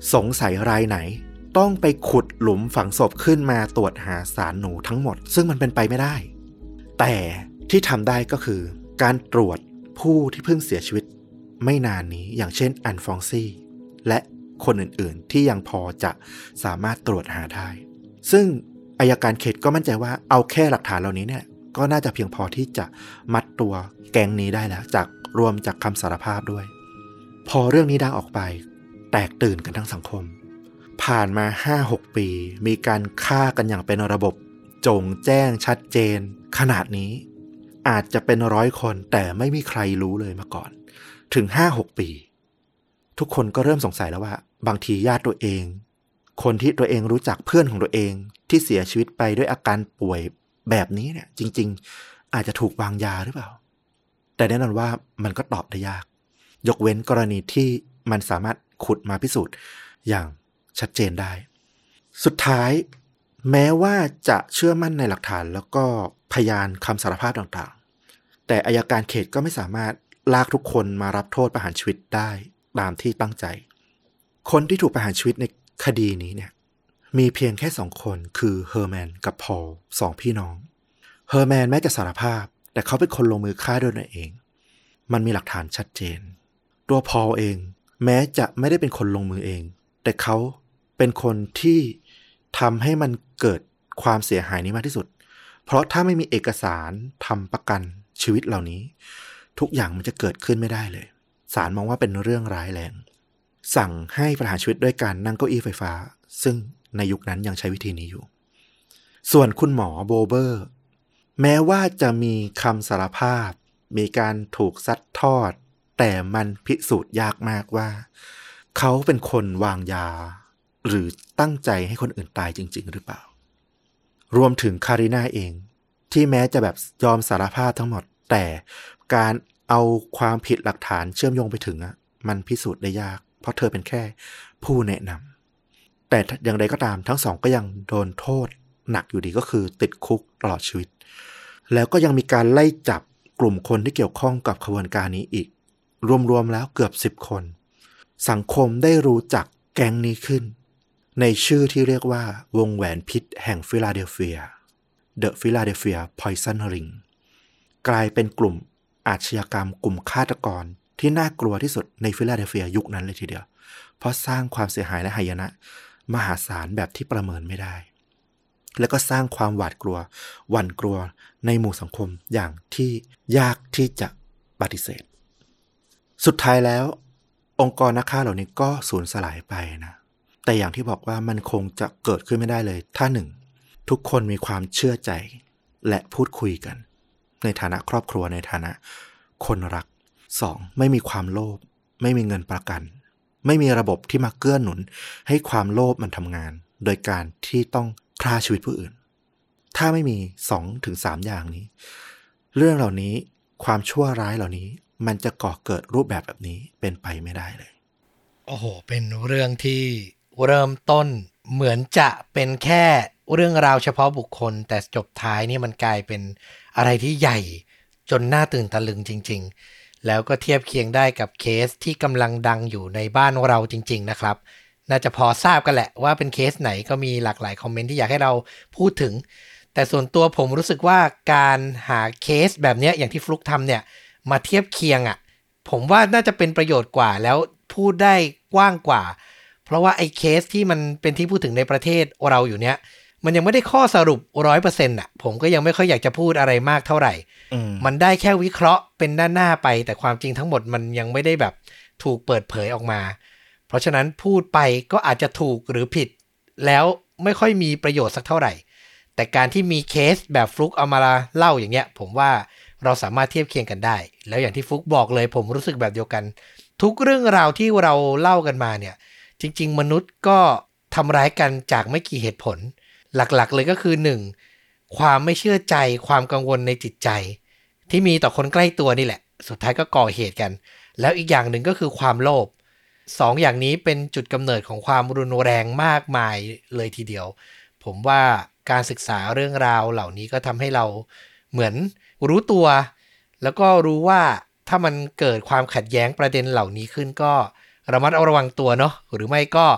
สงสัยรายไหนต้องไปขุดหลุมฝังศพขึ้นมาตรวจหาสารหนูทั้งหมดซึ่งมันเป็นไปไม่ได้แต่ที่ทำได้ก็คือการตรวจผู้ที่เพิ่งเสียชีวิตไม่นานนี้อย่างเช่นอันฟองซี่และคนอื่นๆที่ยังพอจะสามารถตรวจหาได้ซึ่งอัยการเขตก็มั่นใจว่าเอาแค่หลักฐานเหล่านี้เนี่ยก็น่าจะเพียงพอที่จะมัดตัวแก๊งนี้ได้แล้วจากรวมจากคำสารภาพด้วยพอเรื่องนี้ดังออกไปแตกตื่นกันทั้งสังคมผ่านมา ห้าหก ปีมีการฆ่ากันอย่างเป็นระบบจงแจ้งชัดเจนขนาดนี้อาจจะเป็นร้อยคนแต่ไม่มีใครรู้เลยมาก่อนถึง ห้าหก ปีทุกคนก็เริ่มสงสัยแล้วว่าบางทีญาติตัวเองคนที่ตัวเองรู้จักเพื่อนของตัวเองที่เสียชีวิตไปด้วยอาการป่วยแบบนี้เนี่ยจริงๆอาจจะถูกวางยาหรือเปล่าแต่แน่นอนว่ามันก็ตอบได้ยากยกเว้นกรณีที่มันสามารถขุดมาพิสูจน์อย่างชัดเจนได้สุดท้ายแม้ว่าจะเชื่อมั่นในหลักฐานแล้วก็พยานคำสารภาพต่างๆแต่อัยการเขตก็ไม่สามารถลากทุกคนมารับโทษประหารชีวิตได้ตามที่ตั้งใจคนที่ถูกประหารชีวิตในคดีนี้เนี่ยมีเพียงแค่สองคนคือเฮอร์แมนกับพอลสองพี่น้องเฮอร์แมนแม้จะสารภาพแต่เขาเป็นคนลงมือฆ่าด้วยตนเองมันมีหลักฐานชัดเจนตัวพอลเองแม้จะไม่ได้เป็นคนลงมือเองแต่เขาเป็นคนที่ทำให้มันเกิดความเสียหายนี้มากที่สุดเพราะถ้าไม่มีเอกสารทำประกันชีวิตเหล่านี้ทุกอย่างมันจะเกิดขึ้นไม่ได้เลยศาลมองว่าเป็นเรื่องร้ายแรงสั่งให้ประหารชีวิตด้วยการนั่งเก้าอี้ไฟฟ้าซึ่งในยุคนั้นยังใช้วิธีนี้อยู่ส่วนคุณหมอโบเบอร์แม้ว่าจะมีคำสารภาพมีการถูกซัดทอดแต่มันพิสูจน์ยากมากว่าเขาเป็นคนวางยาหรือตั้งใจให้คนอื่นตายจริงๆหรือเปล่ารวมถึงคาริน่าเองที่แม้จะแบบยอมสารภาพทั้งหมดแต่การเอาความผิดหลักฐานเชื่อมโยงไปถึงอ่ะมันพิสูจน์ได้ยากเพราะเธอเป็นแค่ผู้แนะนำแต่อย่างไรก็ตามทั้งสองก็ยังโดนโทษหนักอยู่ดีก็คือติดคุกตลอดชีวิตแล้วก็ยังมีการไล่จับกลุ่มคนที่เกี่ยวข้องกับขบวนการนี้อีกรวมๆแล้วเกือบสิบคนสังคมได้รู้จักแก๊งนี้ขึ้นในชื่อที่เรียกว่าวงแหวนพิษแห่งฟิลาเดลเฟีย The Philadelphia Poison Ring กลายเป็นกลุ่มอาชญากรรมกลุ่มฆาตกรที่น่ากลัวที่สุดในฟิลาเดลเฟียยุคนั้นเลยทีเดียวเพราะสร้างความเสียหายและหายนะมหาศาลแบบที่ประเมินไม่ได้แล้วก็สร้างความหวาดกลัวหวั่นกลัวในหมู่สังคมอย่างที่ยากที่จะปฏิเสธสุดท้ายแล้วองค์กรนักฆ่าเหล่านี้ก็สูญสลายไปนะแต่อย่างที่บอกว่ามันคงจะเกิดขึ้นไม่ได้เลยถ้าหนึ่งทุกคนมีความเชื่อใจและพูดคุยกันในฐานะครอบครัวในฐานะคนรักสองไม่มีความโลภไม่มีเงินประกันไม่มีระบบที่มาเกื้อหนุนให้ความโลภมันทำงานโดยการที่ต้องฆ่าชีวิตผู้อื่นถ้าไม่มี สองถึงสาม อย่างนี้เรื่องเหล่านี้ความชั่วร้ายเหล่านี้มันจะก่อเกิดรูปแบบแบบนี้เป็นไปไม่ได้เลยโอ้โหเป็นเรื่องที่เริ่มต้นเหมือนจะเป็นแค่เรื่องราวเฉพาะบุคคลแต่จบท้ายนี่มันกลายเป็นอะไรที่ใหญ่จนน่าตื่นตะลึงจริงๆแล้วก็เทียบเคียงได้กับเคสที่กำลังดังอยู่ในบ้านเราจริงๆนะครับน่าจะพอทราบกันแหละว่าเป็นเคสไหนก็มีหลากหลายคอมเมนต์ที่อยากให้เราพูดถึงแต่ส่วนตัวผมรู้สึกว่าการหาเคสแบบนี้อย่างที่ฟลุกทำเนี่ยมาเทียบเคียงอ่ะผมว่าน่าจะเป็นประโยชน์กว่าแล้วพูดได้กว้างกว่าเพราะว่าไอ้เคสที่มันเป็นที่พูดถึงในประเทศเราอยู่เนี้ยมันยังไม่ได้ข้อสรุป ร้อยเปอร์เซ็นต์ อ่ะผมก็ยังไม่ค่อยอยากจะพูดอะไรมากเท่าไหร่มันได้แค่วิเคราะห์เป็นด้านหน้าไปแต่ความจริงทั้งหมดมันยังไม่ได้แบบถูกเปิดเผยออกมาเพราะฉะนั้นพูดไปก็อาจจะถูกหรือผิดแล้วไม่ค่อยมีประโยชน์สักเท่าไหร่แต่การที่มีเคสแบบฟลุกเอามาเล่าอย่างเงี้ยผมว่าเราสามารถเทียบเคียงกันได้แล้วอย่างที่ฟลุกบอกเลยผมรู้สึกแบบเดียวกันทุกเรื่องราวที่เราเล่ากันมาเนี่ยจริงๆมนุษย์ก็ทำร้ายกันจากไม่กี่เหตุผลหลักๆเลยก็คือหนึ่งความไม่เชื่อใจความกังวลในจิตใจที่มีต่อคนใกล้ตัวนี่แหละสุดท้ายก็ก่อเหตุกันแล้วอีกอย่างหนึ่งก็คือความโลภสองอย่างนี้เป็นจุดกำเนิดของความรุนแรงมากมายเลยทีเดียวผมว่าการศึกษาเรื่องราวเหล่านี้ก็ทำให้เราเหมือนรู้ตัวแล้วก็รู้ว่าถ้ามันเกิดความขัดแย้งประเด็นเหล่านี้ขึ้นก็ระมัดระวังตัวเนาะหรือไม่ก็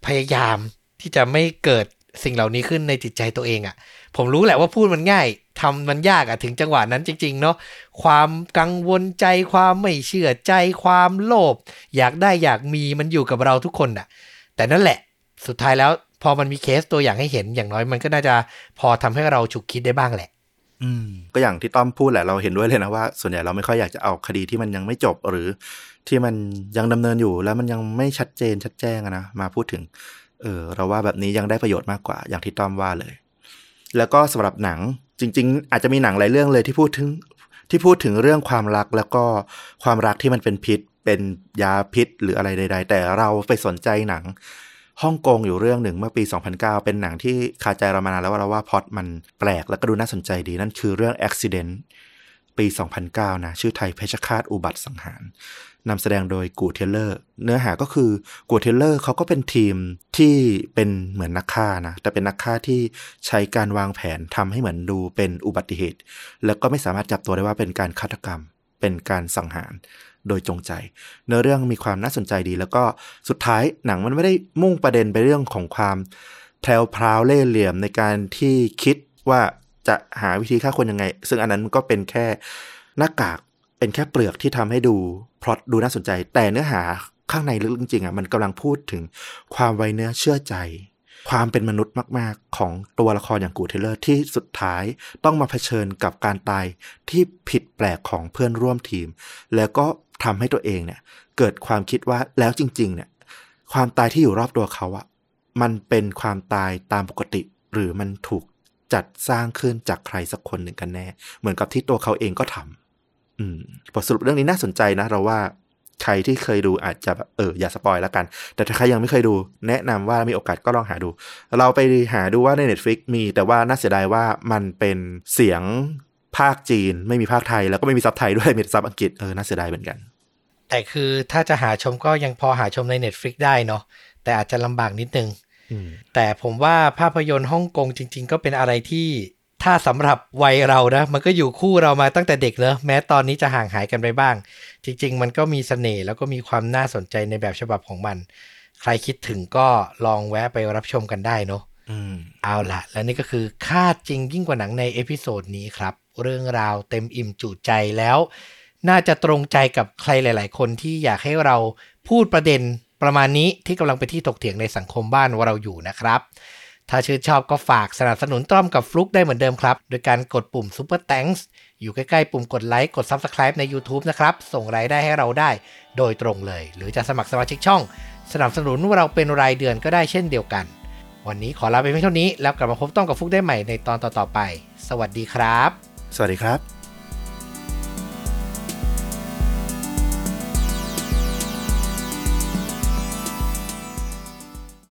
พยายามที่จะไม่เกิดสิ่งเหล่านี้ขึ้นในจิตใจตัวเองอ่ะผมรู้แหละว่าพูดมันง่ายทำมันยากอ่ะถึงจังหวะนั้นจริงๆเนาะความกังวลใจความไม่เชื่อใจความโลภอยากได้อยากมีมันอยู่กับเราทุกคนอ่ะแต่นั่นแหละสุดท้ายแล้วพอมันมีเคสตัวอย่างให้เห็นอย่างน้อยมันก็น่าจะพอทำให้เราฉุกคิดได้บ้างแหละอืมก็อย่างที่ต้อมพูดแหละเราเห็นด้วยเลยนะว่าส่วนใหญ่เราไม่ค่อยอยากจะเอาคดีที่มันยังไม่จบหรือที่มันยังดำเนินอยู่แล้วมันยังไม่ชัดเจนชัดแจ้งนะมาพูดถึงเออเราว่าแบบนี้ยังได้ประโยชน์มากกว่าอย่างที่ต้อมว่าเลยแล้วก็สำหรับหนังจริงๆอาจจะมีหนังหลายเรื่องเลยที่พูดถึงที่พูดถึงเรื่องความรักแล้วก็ความรักที่มันเป็นพิษเป็นยาพิษหรืออะไรใดๆแต่เราไปสนใจหนังฮ่องกงอยู่เรื่องหนึ่งเมื่อปีสองพันเก้าเป็นหนังที่คาใจเรามานานแล้วว่าเราว่าพล็อตมันแปลกแล้วก็ดูน่าสนใจดีนั่นคือเรื่อง Accident ปีสองพันเก้านะชื่อไทยเพชฌฆาตอุบัติสังหารนำแสดงโดยกูเทเลอร์เนื้อหาก็คือกูเทเลอร์เขาก็เป็นทีมที่เป็นเหมือนนักฆ่านะแต่เป็นนักฆ่าที่ใช้การวางแผนทำให้เหมือนดูเป็นอุบัติเหตุแล้วก็ไม่สามารถจับตัวได้ว่าเป็นการฆาตกรรมเป็นการสังหารโดยจงใจเนื้อเรื่องมีความน่าสนใจดีแล้วก็สุดท้ายหนังมันไม่ได้มุ่งประเด็นไปเรื่องของความแพรวพราวเล่ห์เหลี่ยมในการที่คิดว่าจะหาวิธีฆ่าคนยังไงซึ่งอันนั้นก็เป็นแค่หน้ากากเป็นแค่เปลือกที่ทำให้ดูพล็อตดูน่าสนใจแต่เนื้อหาข้างในลึกจริงๆอ่ะมันกำลังพูดถึงความไว้เนื้อเชื่อใจความเป็นมนุษย์มากๆของตัวละครอย่างกูเทเลอร์ที่สุดท้ายต้องมาเผชิญกับการตายที่ผิดแปลกของเพื่อนร่วมทีมแล้วก็ทำให้ตัวเองเนี่ยเกิดความคิดว่าแล้วจริงๆเนี่ยความตายที่อยู่รอบตัวเขาอะมันเป็นความตายตามปกติหรือมันถูกจัดสร้างขึ้นจากใครสักคนหนึ่งกันแน่เหมือนกับที่ตัวเขาเองก็ทำอืมบทสรุปเรื่องนี้น่าสนใจนะเราว่าใครที่เคยดูอาจจะแบบเอออย่าสปอยแล้วกันแต่ถ้าใครยังไม่เคยดูแนะนำว่ามีโอกาสก็ลองหาดูเราไปหาดูว่าใน Netflix มีแต่ว่าน่าเสียดายว่ามันเป็นเสียงภาคจีนไม่มีภาคไทยแล้วก็ไม่มีซับไทยด้วยมีซับอังกฤษเออน่าเสียดายเหมือนกันแต่คือถ้าจะหาชมก็ยังพอหาชมใน Netflix ได้เนาะแต่อาจจะลำบากนิดนึงแต่ผมว่าภาพยนตร์ฮ่องกงจริงๆก็เป็นอะไรที่ถ้าสำหรับวัยเรานะมันก็อยู่คู่เรามาตั้งแต่เด็กเนอะแม้ตอนนี้จะห่างหายกันไปบ้างจริงๆมันก็มีเสน่ห์แล้วก็มีความน่าสนใจในแบบฉบับของมันใครคิดถึงก็ลองแวะไปรับชมกันได้เนาะเอาล่ะและนี่ก็คือค่าจริงยิ่งกว่าหนังในเอพิโซดนี้ครับเรื่องราวเต็มอิ่มจุใจแล้วน่าจะตรงใจกับใครหลายๆคนที่อยากให้เราพูดประเด็นประมาณนี้ที่กำลังเป็นที่ถกเถียงในสังคมบ้านว่าเราอยู่นะครับถ้าชื่นชอบก็ฝากสนับสนุนต้อมกับฟลุกได้เหมือนเดิมครับโดยการกดปุ่ม Super Thanks อยู่ใกล้ๆปุ่มกดไลค์กด Subscribe ใน YouTube นะครับส่งรายได้ให้เราได้โดยตรงเลยหรือจะสมัครสมาชิกช่องสนับสนุนเราเป็นรายเดือนก็ได้เช่นเดียวกันวันนี้ขอลาไปเพียงเท่านี้แล้วกลับมาพบต้อมกับฟลุกได้ใหม่ในตอนต่อๆไปสวัสดีครับสวัสดีครับ